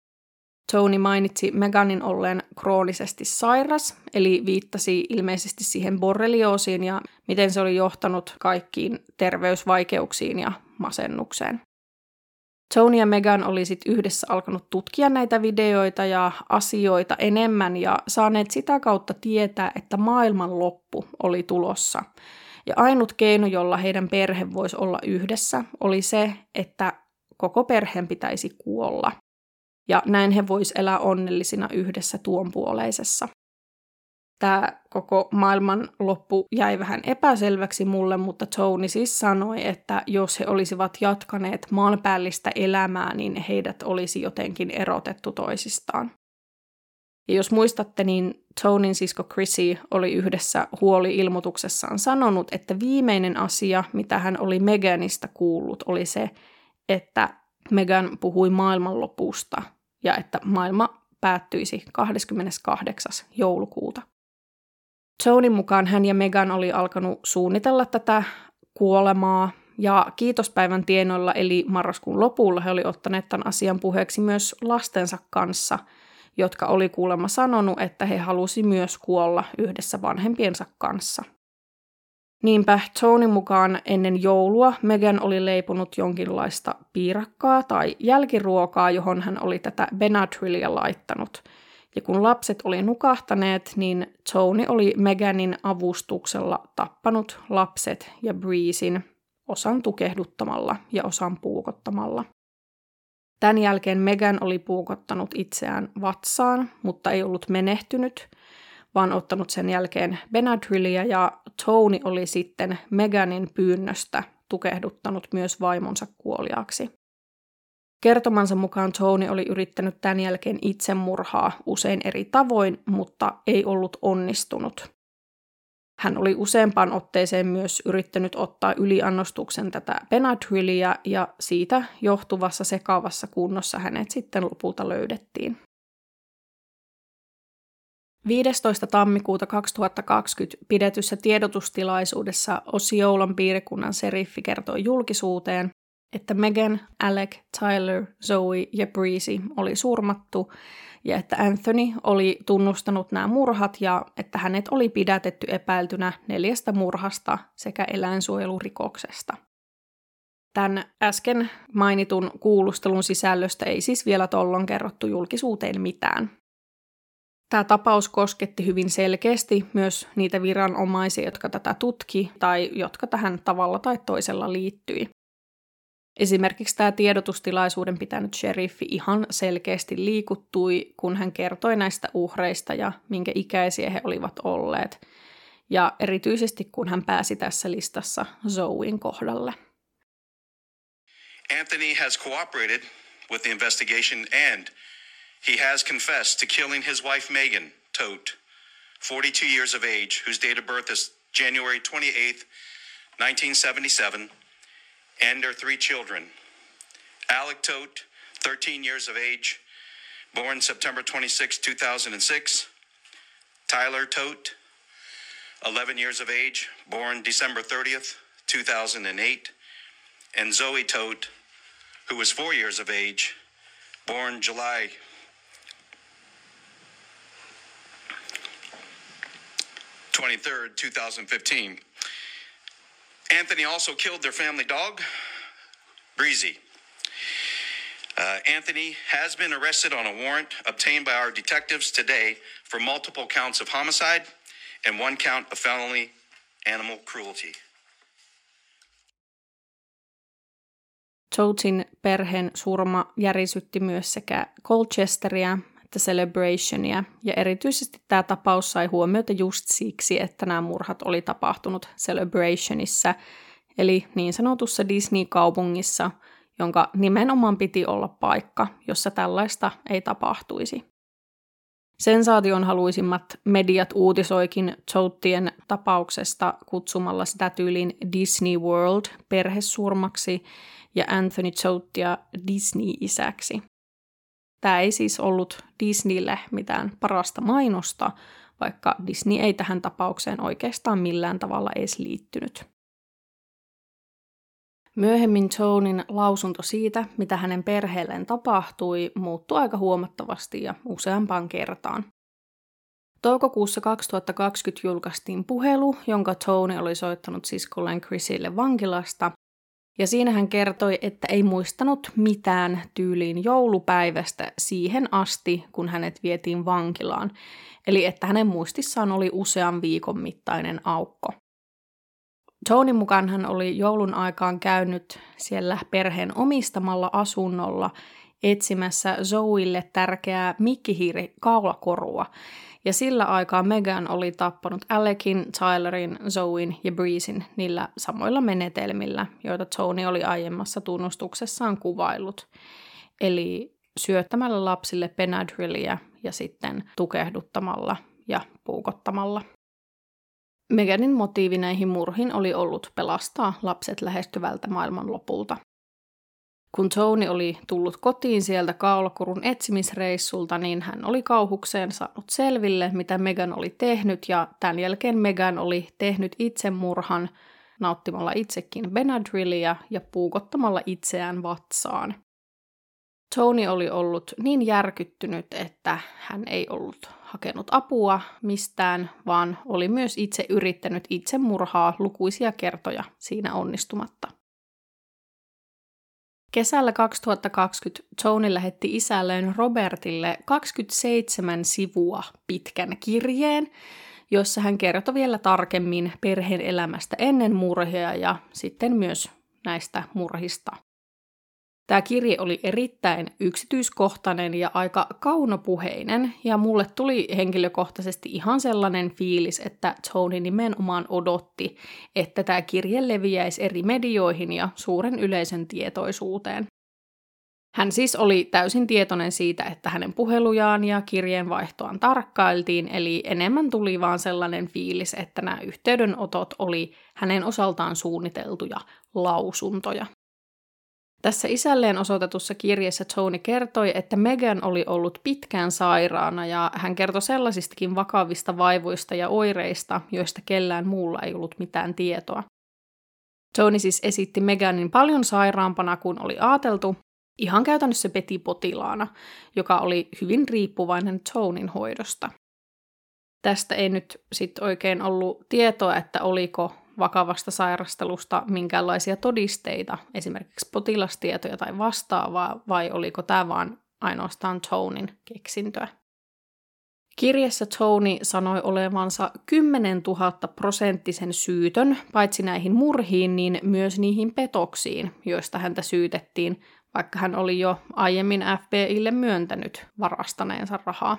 Tony mainitsi Meganin olleen kroonisesti sairas, eli viittasi ilmeisesti siihen borrelioosiin ja miten se oli johtanut kaikkiin terveysvaikeuksiin ja masennukseen. Tony ja Megan oli sitten yhdessä alkanut tutkia näitä videoita ja asioita enemmän ja saaneet sitä kautta tietää, että maailman loppu oli tulossa. Ja ainut keino, jolla heidän perhe voisi olla yhdessä, oli se, että koko perheen pitäisi kuolla. Ja näin he vois elää onnellisina yhdessä tuonpuoleisessa. Tämä koko maailman loppu jäi vähän epäselväksi mulle, mutta Tony siis sanoi, että jos he olisivat jatkaneet maanpäällistä elämää, niin heidät olisi jotenkin erotettu toisistaan. Ja jos muistatte, niin Tonyn sisko Chrissy oli yhdessä huoli-ilmoituksessaan sanonut, että viimeinen asia, mitä hän oli Meganista kuullut, oli se, että Megan puhui maailmanlopusta ja että maailma päättyisi 28. joulukuuta. Tonyn mukaan hän ja Megan oli alkanut suunnitella tätä kuolemaa ja kiitospäivän tienoilla eli marraskuun lopulla he oli ottaneet tämän asian puheeksi myös lastensa kanssa, jotka oli kuulemma sanonut, että he halusi myös kuolla yhdessä vanhempiensa kanssa. Niinpä Tonyn mukaan ennen joulua Megan oli leiponut jonkinlaista piirakkaa tai jälkiruokaa, johon hän oli tätä Benadrylia laittanut. Ja kun lapset oli nukahtaneet, niin Tony oli Meganin avustuksella tappanut lapset ja Breezin osan tukehduttamalla ja osan puukottamalla. Tämän jälkeen Megan oli puukottanut itseään vatsaan, mutta ei ollut menehtynyt, vaan ottanut sen jälkeen Benadrylia ja Tony oli sitten Meganin pyynnöstä tukehduttanut myös vaimonsa kuoliaaksi. Kertomansa mukaan Tony oli yrittänyt tämän jälkeen itsemurhaa usein eri tavoin, mutta ei ollut onnistunut. Hän oli useampaan otteeseen myös yrittänyt ottaa yliannostuksen tätä Benadrylia ja siitä johtuvassa sekavassa kunnossa hänet sitten lopulta löydettiin. 15. tammikuuta 2020 pidetyssä tiedotustilaisuudessa Osceolan piirikunnan seriffi kertoi julkisuuteen, että Megan, Alec, Tyler, Zoe ja Breezy oli surmattu ja että Anthony oli tunnustanut nämä murhat ja että hänet oli pidätetty epäiltynä 4 murhasta sekä eläinsuojelurikoksesta. Tämän äsken mainitun kuulustelun sisällöstä ei siis vielä tollon kerrottu julkisuuteen mitään. Tämä tapaus kosketti hyvin selkeästi myös niitä viranomaisia, jotka tätä tutki tai jotka tähän tavalla tai toisella liittyi. Esimerkiksi tämä tiedotustilaisuuden pitänyt sheriffi ihan selkeästi liikuttui, kun hän kertoi näistä uhreista ja minkä ikäisiä he olivat olleet. Ja erityisesti kun hän pääsi tässä listassa Zoen kohdalle. Anthony has cooperated with the investigation and he has confessed to killing his wife Megan Todt, 42 years of age, whose date of birth is January 28th, 1977, and their 3 children. Alec Todt, 13 years of age, born September 26, 2006. Tyler Todt, 11 years of age, born December 30th, 2008. And Zoe Todt, who was 4 years of age, born July 23rd, 2015. Anthony also killed their family dog, Breezy. Anthony has been arrested on a warrant obtained by our detectives today for multiple counts of homicide and 1 count of felony animal cruelty. Todtin perheen surma järisytti myös sekä Colchesteria, The Celebrationia, ja erityisesti tämä tapaus sai huomiota just siksi, että nämä murhat oli tapahtunut Celebrationissa, eli niin sanotussa Disney-kaupungissa, jonka nimenomaan piti olla paikka, jossa tällaista ei tapahtuisi. Sensaation haluisimmat mediat uutisoikin Toadtien tapauksesta kutsumalla sitä tyyliin Disney World perhesurmaksi ja Anthony Toadtia Disney-isäksi. Tämä ei siis ollut Disneylle mitään parasta mainosta, vaikka Disney ei tähän tapaukseen oikeastaan millään tavalla edes liittynyt. Myöhemmin Tonin lausunto siitä, mitä hänen perheelleen tapahtui, muuttui aika huomattavasti ja useampaan kertaan. Toukokuussa 2020 julkaistiin puhelu, jonka Tony oli soittanut siskolleen Chrisille vankilasta, ja siinä hän kertoi, että ei muistanut mitään tyyliin joulupäivästä siihen asti, kun hänet vietiin vankilaan, eli että hänen muistissaan oli usean viikon mittainen aukko. Tonin mukaan hän oli joulun aikaan käynyt siellä perheen omistamalla asunnolla etsimässä Zoelle tärkeää mikkihiiri-kaulakorua, ja sillä aikaa Megan oli tappanut Alecin, Tylerin, Zoen ja Breezin niillä samoilla menetelmillä, joita Tony oli aiemmassa tunnustuksessaan kuvaillut, eli syöttämällä lapsille Benadrylia ja sitten tukehduttamalla ja puukottamalla. Meganin motiivi näihin murhiin oli ollut pelastaa lapset lähestyvältä maailmanlopulta. Kun Tony oli tullut kotiin sieltä kaulakorun etsimisreissulta, niin hän oli kauhukseen saanut selville, mitä Megan oli tehnyt, ja tämän jälkeen Megan oli tehnyt itsemurhan nauttimalla itsekin Benadrylia ja puukottamalla itseään vatsaan. Tony oli ollut niin järkyttynyt, että hän ei ollut hakenut apua mistään, vaan oli myös itse yrittänyt itsemurhaa lukuisia kertoja siinä onnistumatta. Kesällä 2020 Tony lähetti isälleen Robertille 27 sivua pitkän kirjeen, jossa hän kertoi vielä tarkemmin perheen elämästä ennen murhia ja sitten myös näistä murhista. Tämä kirje oli erittäin yksityiskohtainen ja aika kaunopuheinen, ja mulle tuli henkilökohtaisesti ihan sellainen fiilis, että Tony nimenomaan odotti, että tämä kirje leviäisi eri medioihin ja suuren yleisön tietoisuuteen. Hän siis oli täysin tietoinen siitä, että hänen puhelujaan ja kirjeenvaihtoaan tarkkailtiin, eli enemmän tuli vaan sellainen fiilis, että nämä yhteydenotot oli hänen osaltaan suunniteltuja lausuntoja. Tässä isälleen osoitetussa kirjeessä Tony kertoi, että Megan oli ollut pitkään sairaana ja hän kertoi sellaisistakin vakavista vaivoista ja oireista, joista kellään muulla ei ollut mitään tietoa. Tony siis esitti Meganin paljon sairaampana kuin oli ajateltu, ihan käytännössä petipotilaana, joka oli hyvin riippuvainen Tonyn hoidosta. Tästä ei nyt sitten oikein ollut tietoa, että oliko vakavasta sairastelusta minkäänlaisia todisteita, esimerkiksi potilastietoja tai vastaavaa, vai oliko tämä vaan ainoastaan Tonyn keksintöä. Kirjassa Tony sanoi olevansa 10 000% syytön, paitsi näihin murhiin, niin myös niihin petoksiin, joista häntä syytettiin, vaikka hän oli jo aiemmin FBI:lle myöntänyt varastaneensa rahaa.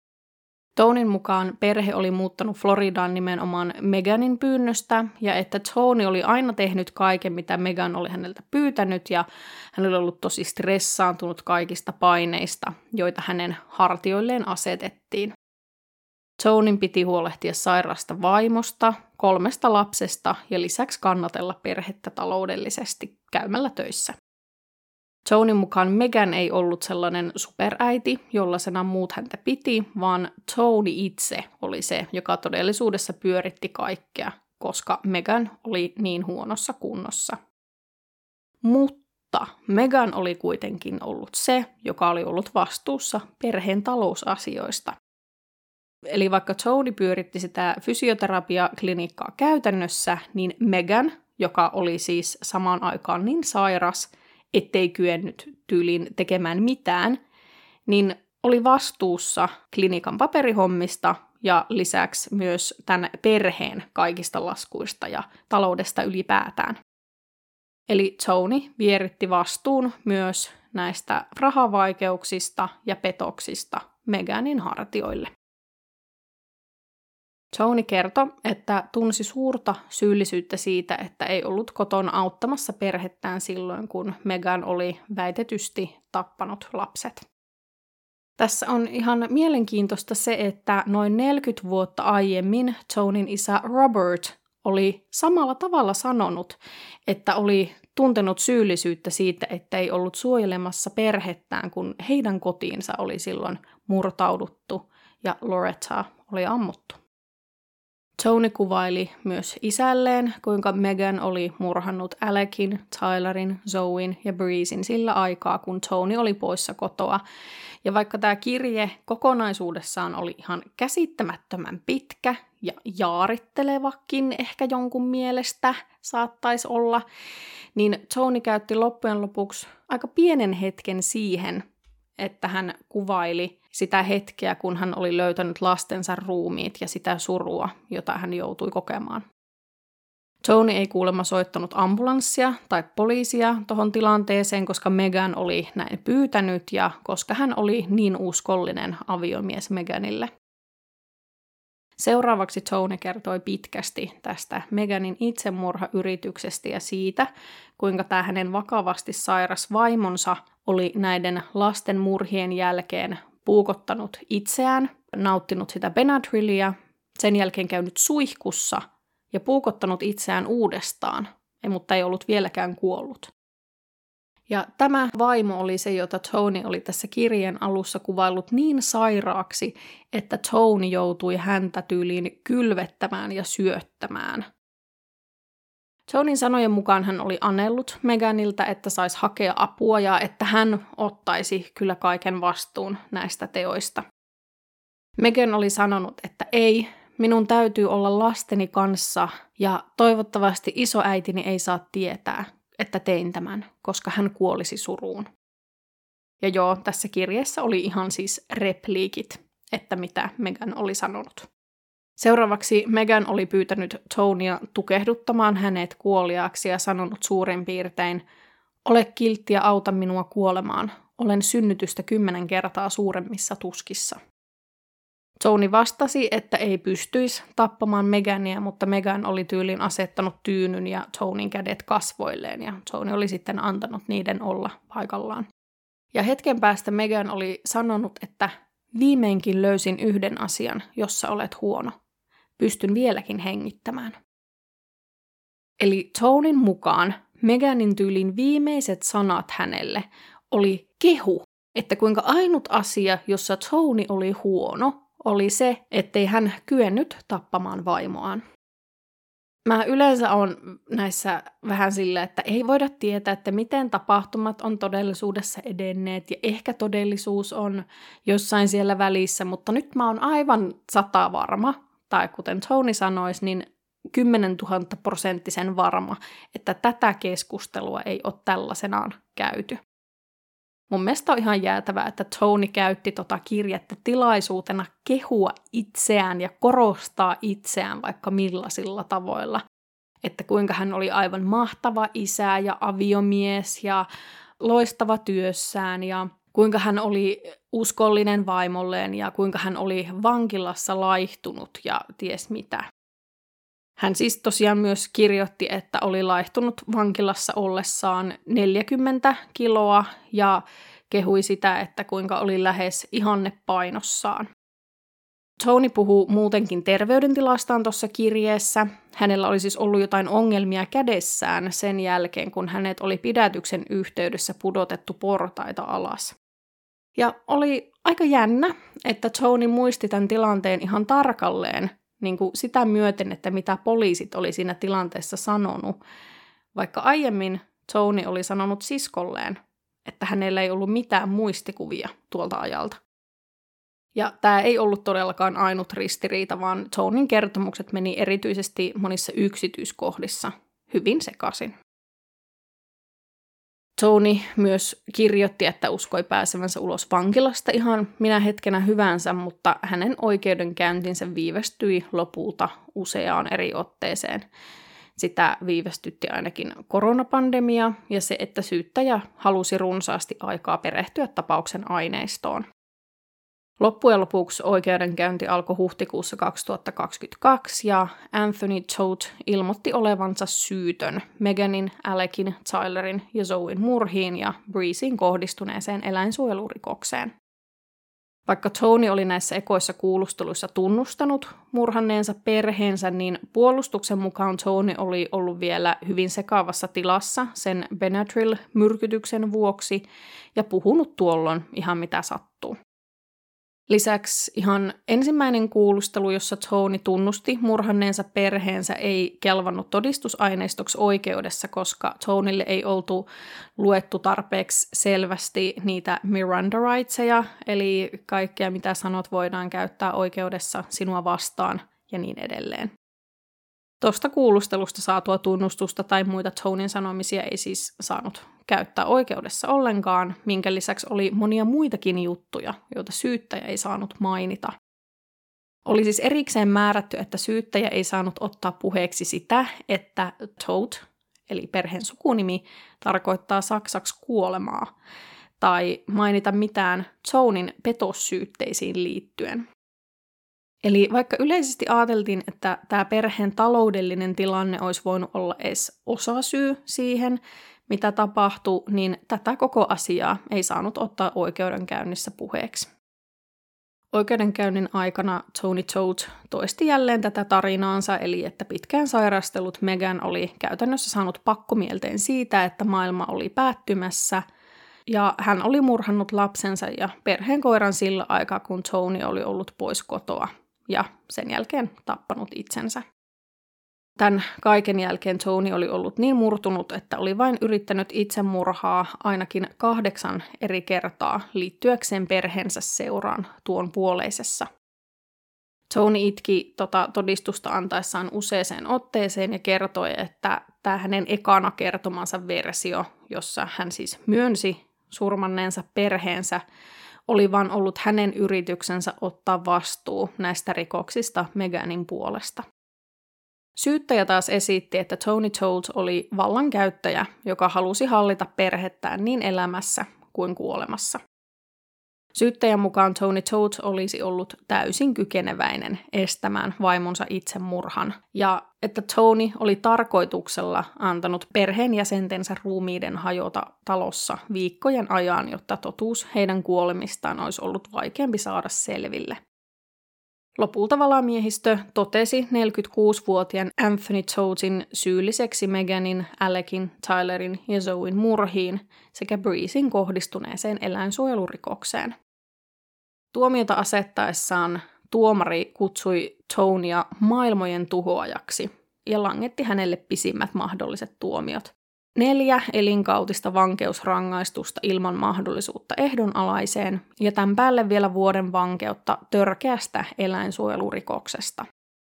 Tonyn mukaan perhe oli muuttanut Floridaan nimenomaan Meganin pyynnöstä, ja että Tony oli aina tehnyt kaiken, mitä Megan oli häneltä pyytänyt, ja hän oli ollut tosi stressaantunut kaikista paineista, joita hänen hartioilleen asetettiin. Tonyn piti huolehtia sairaasta vaimosta, 3 lapsesta ja lisäksi kannatella perhettä taloudellisesti käymällä töissä. Tonyn mukaan Megan ei ollut sellainen superäiti, jollaisena muut häntä piti, vaan Tony itse oli se, joka todellisuudessa pyöritti kaikkea, koska Megan oli niin huonossa kunnossa. Mutta Megan oli kuitenkin ollut se, joka oli ollut vastuussa perheen talousasioista. Eli vaikka Tony pyöritti sitä fysioterapiaklinikkaa käytännössä, niin Megan, joka oli siis samaan aikaan niin sairas, ettei kyennyt tyyliin tekemään mitään, niin oli vastuussa klinikan paperihommista ja lisäksi myös tämän perheen kaikista laskuista ja taloudesta ylipäätään. Eli Tony vieritti vastuun myös näistä rahavaikeuksista ja petoksista Meghanin hartioille. Tony kertoi, että tunsi suurta syyllisyyttä siitä, että ei ollut kotona auttamassa perhettään silloin, kun Meghan oli väitetysti tappanut lapset. Tässä on ihan mielenkiintoista se, että noin 40 vuotta aiemmin Tonyn isä Robert oli samalla tavalla sanonut, että oli tuntenut syyllisyyttä siitä, että ei ollut suojelemassa perhettään, kun heidän kotiinsa oli silloin murtauduttu ja Loretta oli ammuttu. Tony kuvaili myös isälleen, kuinka Meghan oli murhannut Alecin, Tylerin, Zoen ja Breezin sillä aikaa, kun Tony oli poissa kotoa. Ja vaikka tämä kirje kokonaisuudessaan oli ihan käsittämättömän pitkä ja jaarittelevakin ehkä jonkun mielestä saattaisi olla, niin Tony käytti loppujen lopuksi aika pienen hetken siihen, että hän kuvaili sitä hetkeä, kun hän oli löytänyt lastensa ruumiit ja sitä surua, jota hän joutui kokemaan. Tony ei kuulemma soittanut ambulanssia tai poliisia tuohon tilanteeseen, koska Meghan oli näin pyytänyt ja koska hän oli niin uskollinen aviomies Meghanille. Seuraavaksi Tony kertoi pitkästi tästä Meghanin itsemurhayrityksestä ja siitä, kuinka tämä hänen vakavasti sairas vaimonsa oli näiden lasten murhien jälkeen puukottanut itseään, nauttinut sitä Benadrylia, sen jälkeen käynyt suihkussa ja puukottanut itseään uudestaan, mutta ei ollut vieläkään kuollut. Ja tämä vaimo oli se, jota Tony oli tässä kirjeen alussa kuvaillut niin sairaaksi, että Tony joutui häntä tyyliin kylvettämään ja syöttämään. Tonyn sanojen mukaan hän oli anellut Meghanilta, että saisi hakea apua ja että hän ottaisi kyllä kaiken vastuun näistä teoista. Meghan oli sanonut, että ei, minun täytyy olla lasteni kanssa ja toivottavasti isoäitini ei saa tietää, että tein tämän, koska hän kuolisi suruun. Ja joo, tässä kirjeessä oli ihan siis repliikit, että mitä Meghan oli sanonut. Seuraavaksi Meghan oli pyytänyt Tonya tukehduttamaan hänet kuoliaaksi ja sanonut suurin piirtein, ole kiltti ja auta minua kuolemaan, olen synnytystä 10 kertaa suuremmissa tuskissa. Tony vastasi, että ei pystyisi tappamaan Meghania, mutta Meghan oli tyylin asettanut tyynyn ja Tonyn kädet kasvoilleen ja Tony oli sitten antanut niiden olla paikallaan. Ja hetken päästä Meghan oli sanonut, että viimeinkin löysin yhden asian, jossa olet huono. Pystyn vieläkin hengittämään. Eli Tonyn mukaan Meghanin tyylin viimeiset sanat hänelle oli kehu, että kuinka ainut asia, jossa Tony oli huono, oli se, ettei hän kyennyt tappamaan vaimoaan. Mä yleensä on näissä vähän sillä, että ei voida tietää, että miten tapahtumat on todellisuudessa edenneet ja ehkä todellisuus on jossain siellä välissä, mutta nyt mä oon aivan 100% varma, tai kuten Tony sanoisi, niin 10 000% varma, että tätä keskustelua ei ole tällaisenaan käyty. Mun mielestä on ihan jäätävää, että Tony käytti tota kirjettä tilaisuutena kehua itseään ja korostaa itseään vaikka millaisilla tavoilla. Että kuinka hän oli aivan mahtava isä ja aviomies ja loistava työssään ja kuinka hän oli uskollinen vaimolleen ja kuinka hän oli vankilassa laihtunut ja ties mitä. Hän siis tosiaan myös kirjoitti, että oli laihtunut vankilassa ollessaan 40 kiloa ja kehui sitä, että kuinka oli lähes ihannepainossaan. Tony puhuu muutenkin terveydentilastaan tuossa kirjeessä. Hänellä oli siis ollut jotain ongelmia kädessään sen jälkeen, kun hänet oli pidätyksen yhteydessä pudotettu portaita alas. Ja oli aika jännä, että Tony muisti tämän tilanteen ihan tarkalleen, niin kuin sitä myöten, että mitä poliisit oli siinä tilanteessa sanonut, vaikka aiemmin Tony oli sanonut siskolleen, että hänellä ei ollut mitään muistikuvia tuolta ajalta. Ja tämä ei ollut todellakaan ainut ristiriita, vaan Tonyn kertomukset meni erityisesti monissa yksityiskohdissa hyvin sekaisin. Tony myös kirjoitti, että uskoi pääsevänsä ulos vankilasta ihan minä hetkenä hyvänsä, mutta hänen oikeudenkäyntinsä viivästyi lopulta useaan eri otteeseen. Sitä viivästytti ainakin koronapandemia ja se, että syyttäjä halusi runsaasti aikaa perehtyä tapauksen aineistoon. Loppujen lopuksi oikeudenkäynti alkoi huhtikuussa 2022 ja Anthony Todd ilmoitti olevansa syytön Meganin, Alekin, Tylerin ja Zoen murhiin ja Breezeen kohdistuneeseen eläinsuojelurikokseen. Vaikka Tony oli näissä ekoissa kuulusteluissa tunnustanut murhanneensa perheensä, niin puolustuksen mukaan Tony oli ollut vielä hyvin sekaavassa tilassa sen Benadryl-myrkytyksen vuoksi ja puhunut tuolloin ihan mitä sattuu. Lisäksi ihan ensimmäinen kuulustelu, jossa Tony tunnusti murhanneensa perheensä, ei kelvannut todistusaineistoksi oikeudessa, koska Tonylle ei oltu luettu tarpeeksi selvästi niitä Miranda rightseja, eli kaikkea mitä sanot voidaan käyttää oikeudessa sinua vastaan ja niin edelleen. Tuosta kuulustelusta saatua tunnustusta tai muita Tonyn sanomisia ei siis saanut käyttää oikeudessa ollenkaan, minkä lisäksi oli monia muitakin juttuja, joita syyttäjä ei saanut mainita. Oli siis erikseen määrätty, että syyttäjä ei saanut ottaa puheeksi sitä, että Todd, eli perheen sukunimi, tarkoittaa saksaksi kuolemaa, tai mainita mitään Tonyn petossyytteisiin liittyen. Eli vaikka yleisesti ajateltiin, että tämä perheen taloudellinen tilanne olisi voinut olla edes osasyy siihen, mitä tapahtui, niin tätä koko asiaa ei saanut ottaa oikeudenkäynnissä puheeksi. Oikeudenkäynnin aikana Tony Todd toisti jälleen tätä tarinaansa, eli että pitkään sairastellut Megan oli käytännössä saanut pakkomielteen siitä, että maailma oli päättymässä, ja hän oli murhannut lapsensa ja perheen koiran sillä aikaa, kun Tony oli ollut pois kotoa, ja sen jälkeen tappanut itsensä. Tämän kaiken jälkeen Tony oli ollut niin murtunut, että oli vain yrittänyt itsemurhaa ainakin 8 eri kertaa liittyäkseen perheensä seuraan tuon puoleisessa. Tony itki todistusta antaessaan useaseen otteeseen ja kertoi, että tämä hänen ekana kertomansa versio, jossa hän siis myönsi surmanneensa perheensä, oli vaan ollut hänen yrityksensä ottaa vastuu näistä rikoksista Meganin puolesta. Syyttäjä taas esitti, että Tony Todd oli vallankäyttäjä, joka halusi hallita perhettään niin elämässä kuin kuolemassa. Syyttäjän mukaan Tony Todd olisi ollut täysin kykeneväinen estämään vaimonsa itsemurhan, ja että Tony oli tarkoituksella antanut perheenjäsentensä ruumiiden hajota talossa viikkojen ajan, jotta totuus heidän kuolemistaan olisi ollut vaikeampi saada selville. Lopulta valamiehistö totesi 46-vuotiaan Anthony Toddin syylliseksi Meganin, Alekin, Tylerin ja Zoen murhiin sekä Breezeen kohdistuneeseen eläinsuojelurikokseen. Tuomiota asettaessaan tuomari kutsui Tonya maailmojen tuhoajaksi ja langetti hänelle pisimmät mahdolliset tuomiot. 4 elinkautista vankeusrangaistusta ilman mahdollisuutta ehdonalaiseen ja tämän päälle vielä vuoden vankeutta törkeästä eläinsuojelurikoksesta.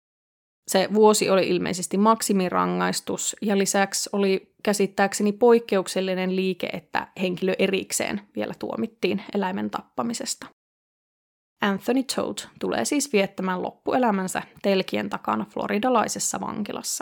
Se vuosi oli ilmeisesti maksimirangaistus ja lisäksi oli käsittääkseni poikkeuksellinen liike, että henkilö erikseen vielä tuomittiin eläimen tappamisesta. Anthony Todd tulee siis viettämään loppuelämänsä telkien takana floridalaisessa vankilassa.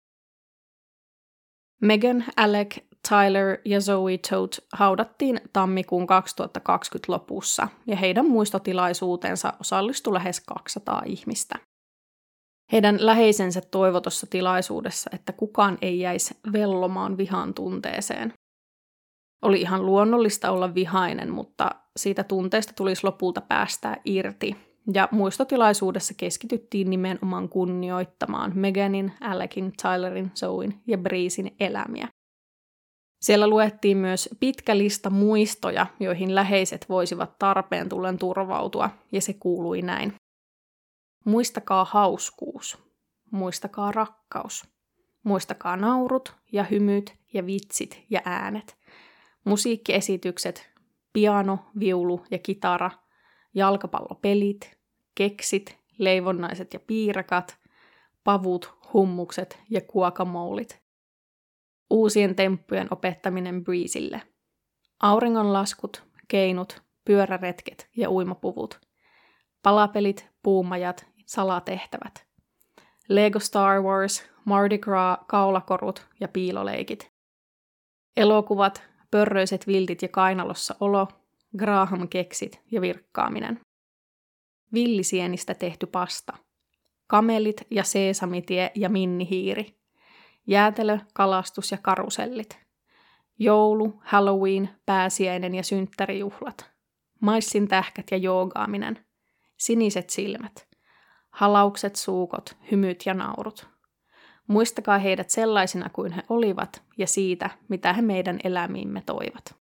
Megan, Alec, Tyler ja Zoe Todd haudattiin tammikuun 2020 lopussa ja heidän muistotilaisuutensa osallistui lähes 200 ihmistä. Heidän läheisensä toivoi tuossa tilaisuudessa, että kukaan ei jäisi vellomaan vihan tunteeseen. Oli ihan luonnollista olla vihainen, mutta siitä tunteesta tulisi lopulta päästää irti. Ja muistotilaisuudessa keskityttiin nimenomaan kunnioittamaan Meganin, Alekin, Tylerin, Zoen ja Breezin elämiä. Siellä luettiin myös pitkä lista muistoja, joihin läheiset voisivat tarpeen tullen turvautua, ja se kuului näin. Muistakaa hauskuus. Muistakaa rakkaus. Muistakaa naurut ja hymyt ja vitsit ja äänet. Musiikkiesitykset, piano, viulu ja kitara, jalkapallopelit, keksit, leivonnaiset ja piirakat, pavut, hummukset ja guacamolit. Uusien temppujen opettaminen Breezille. Auringonlaskut, keinut, pyöräretket ja uimapuvut. Palapelit, puumajat, salatehtävät. Lego Star Wars, Mardi Gras, kaulakorut ja piiloleikit. Elokuvat, pörröiset viltit ja kainalossa olo, Graham-keksit ja virkkaaminen. villisienistä tehty pasta, kamelit ja seesamitie ja minnihiiri, jäätelö, kalastus ja karusellit, joulu, Halloween, pääsiäinen ja synttärijuhlat, maissin tähkät ja joogaaminen, siniset silmät, halaukset, suukot, hymyt ja naurut. Muistakaa heidät sellaisina kuin he olivat ja siitä, mitä he meidän elämiimme toivat.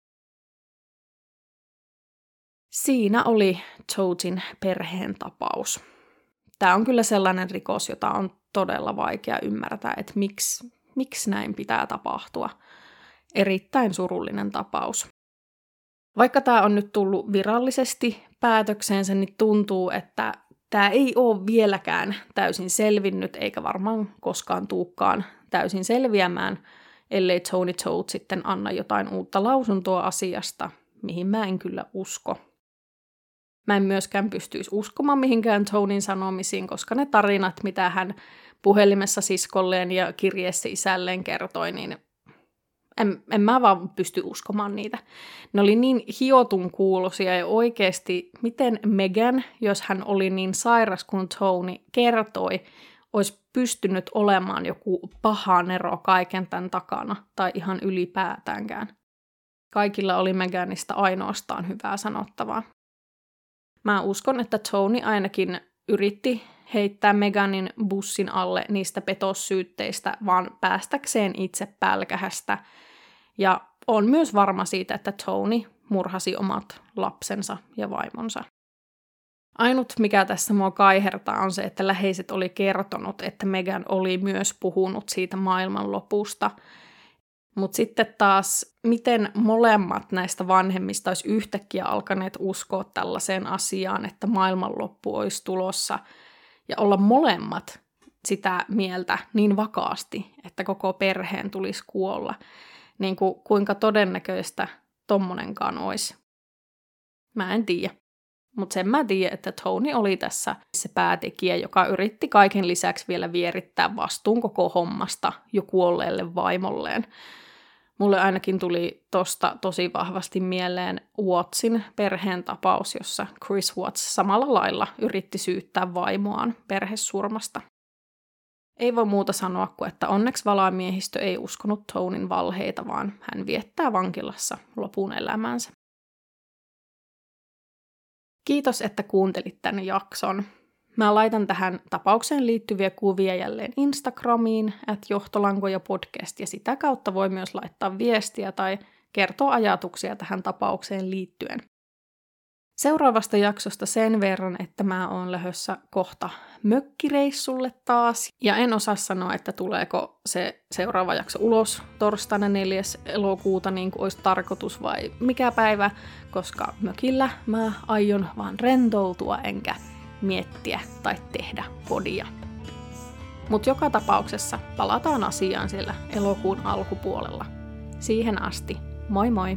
Siinä oli Toadin perheen tapaus. Tämä on kyllä sellainen rikos, jota on todella vaikea ymmärtää, että miksi näin pitää tapahtua. Erittäin surullinen tapaus. Vaikka tämä on nyt tullut virallisesti päätökseensä, niin tuntuu, että tämä ei ole vieläkään täysin selvinnyt, eikä varmaan koskaan tuukaan täysin selviämään, ellei Tony Toad sitten anna jotain uutta lausuntoa asiasta, mihin mä en kyllä usko. Mä en myöskään pystyisi uskomaan mihinkään Tonyn sanomisiin, koska ne tarinat, mitä hän puhelimessa siskolleen ja kirjeessä isälleen kertoi, niin en mä vaan pysty uskomaan niitä. Ne oli niin hiotun kuulosia ja oikeasti, miten Megan, jos hän oli niin sairas kuin Tony kertoi, olisi pystynyt olemaan joku paha nero kaiken tämän takana tai ihan ylipäätäänkään. Kaikilla oli Meganista ainoastaan hyvää sanottavaa. Mä uskon, että Tony ainakin yritti heittää Meganin bussin alle niistä petossyytteistä, vaan päästäkseen itse pälkähästä. Ja on myös varma siitä, että Tony murhasi omat lapsensa ja vaimonsa. Ainut, mikä tässä mua kaihertaa, on se, että läheiset oli kertonut, että Megan oli myös puhunut siitä maailmanlopusta. Mutta sitten taas, miten molemmat näistä vanhemmista olisi yhtäkkiä alkaneet uskoa tällaiseen asiaan, että maailmanloppu olisi tulossa, ja olla molemmat sitä mieltä niin vakaasti, että koko perheen tulisi kuolla, niin kuinka todennäköistä tommonenkaan olisi. Mä en tiedä. Mutta sen mä tiedän, että Tony oli tässä se päätekijä, joka yritti kaiken lisäksi vielä vierittää vastuun koko hommasta jo kuolleelle vaimolleen. Mulle ainakin tuli tosta tosi vahvasti mieleen Wattsin perheen tapaus, jossa Chris Watts samalla lailla yritti syyttää vaimoaan perhesurmasta. Ei voi muuta sanoa kuin, että onneksi valamiehistö ei uskonut Tonyn valheita, vaan hän viettää vankilassa lopun elämänsä. Kiitos, että kuuntelit tämän jakson. Mä laitan tähän tapaukseen liittyviä kuvia jälleen Instagramiin, @johtolankojapodcast, ja sitä kautta voi myös laittaa viestiä tai kertoa ajatuksia tähän tapaukseen liittyen. Seuraavasta jaksosta sen verran, että mä oon lähdössä kohta mökkireissulle taas, ja en osaa sanoa, että tuleeko se seuraava jakso ulos torstaina 4. elokuuta niin kuin olisi tarkoitus vai mikä päivä, koska mökillä mä aion vaan rentoutua enkä miettiä tai tehdä podia. Mutta joka tapauksessa palataan asiaan siellä elokuun alkupuolella. Siihen asti, moi moi!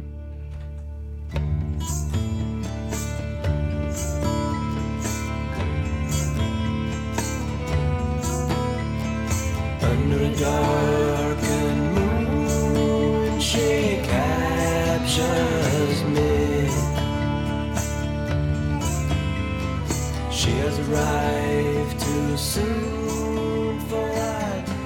Under a darkened moon, she captures me. She has arrived too soon, for I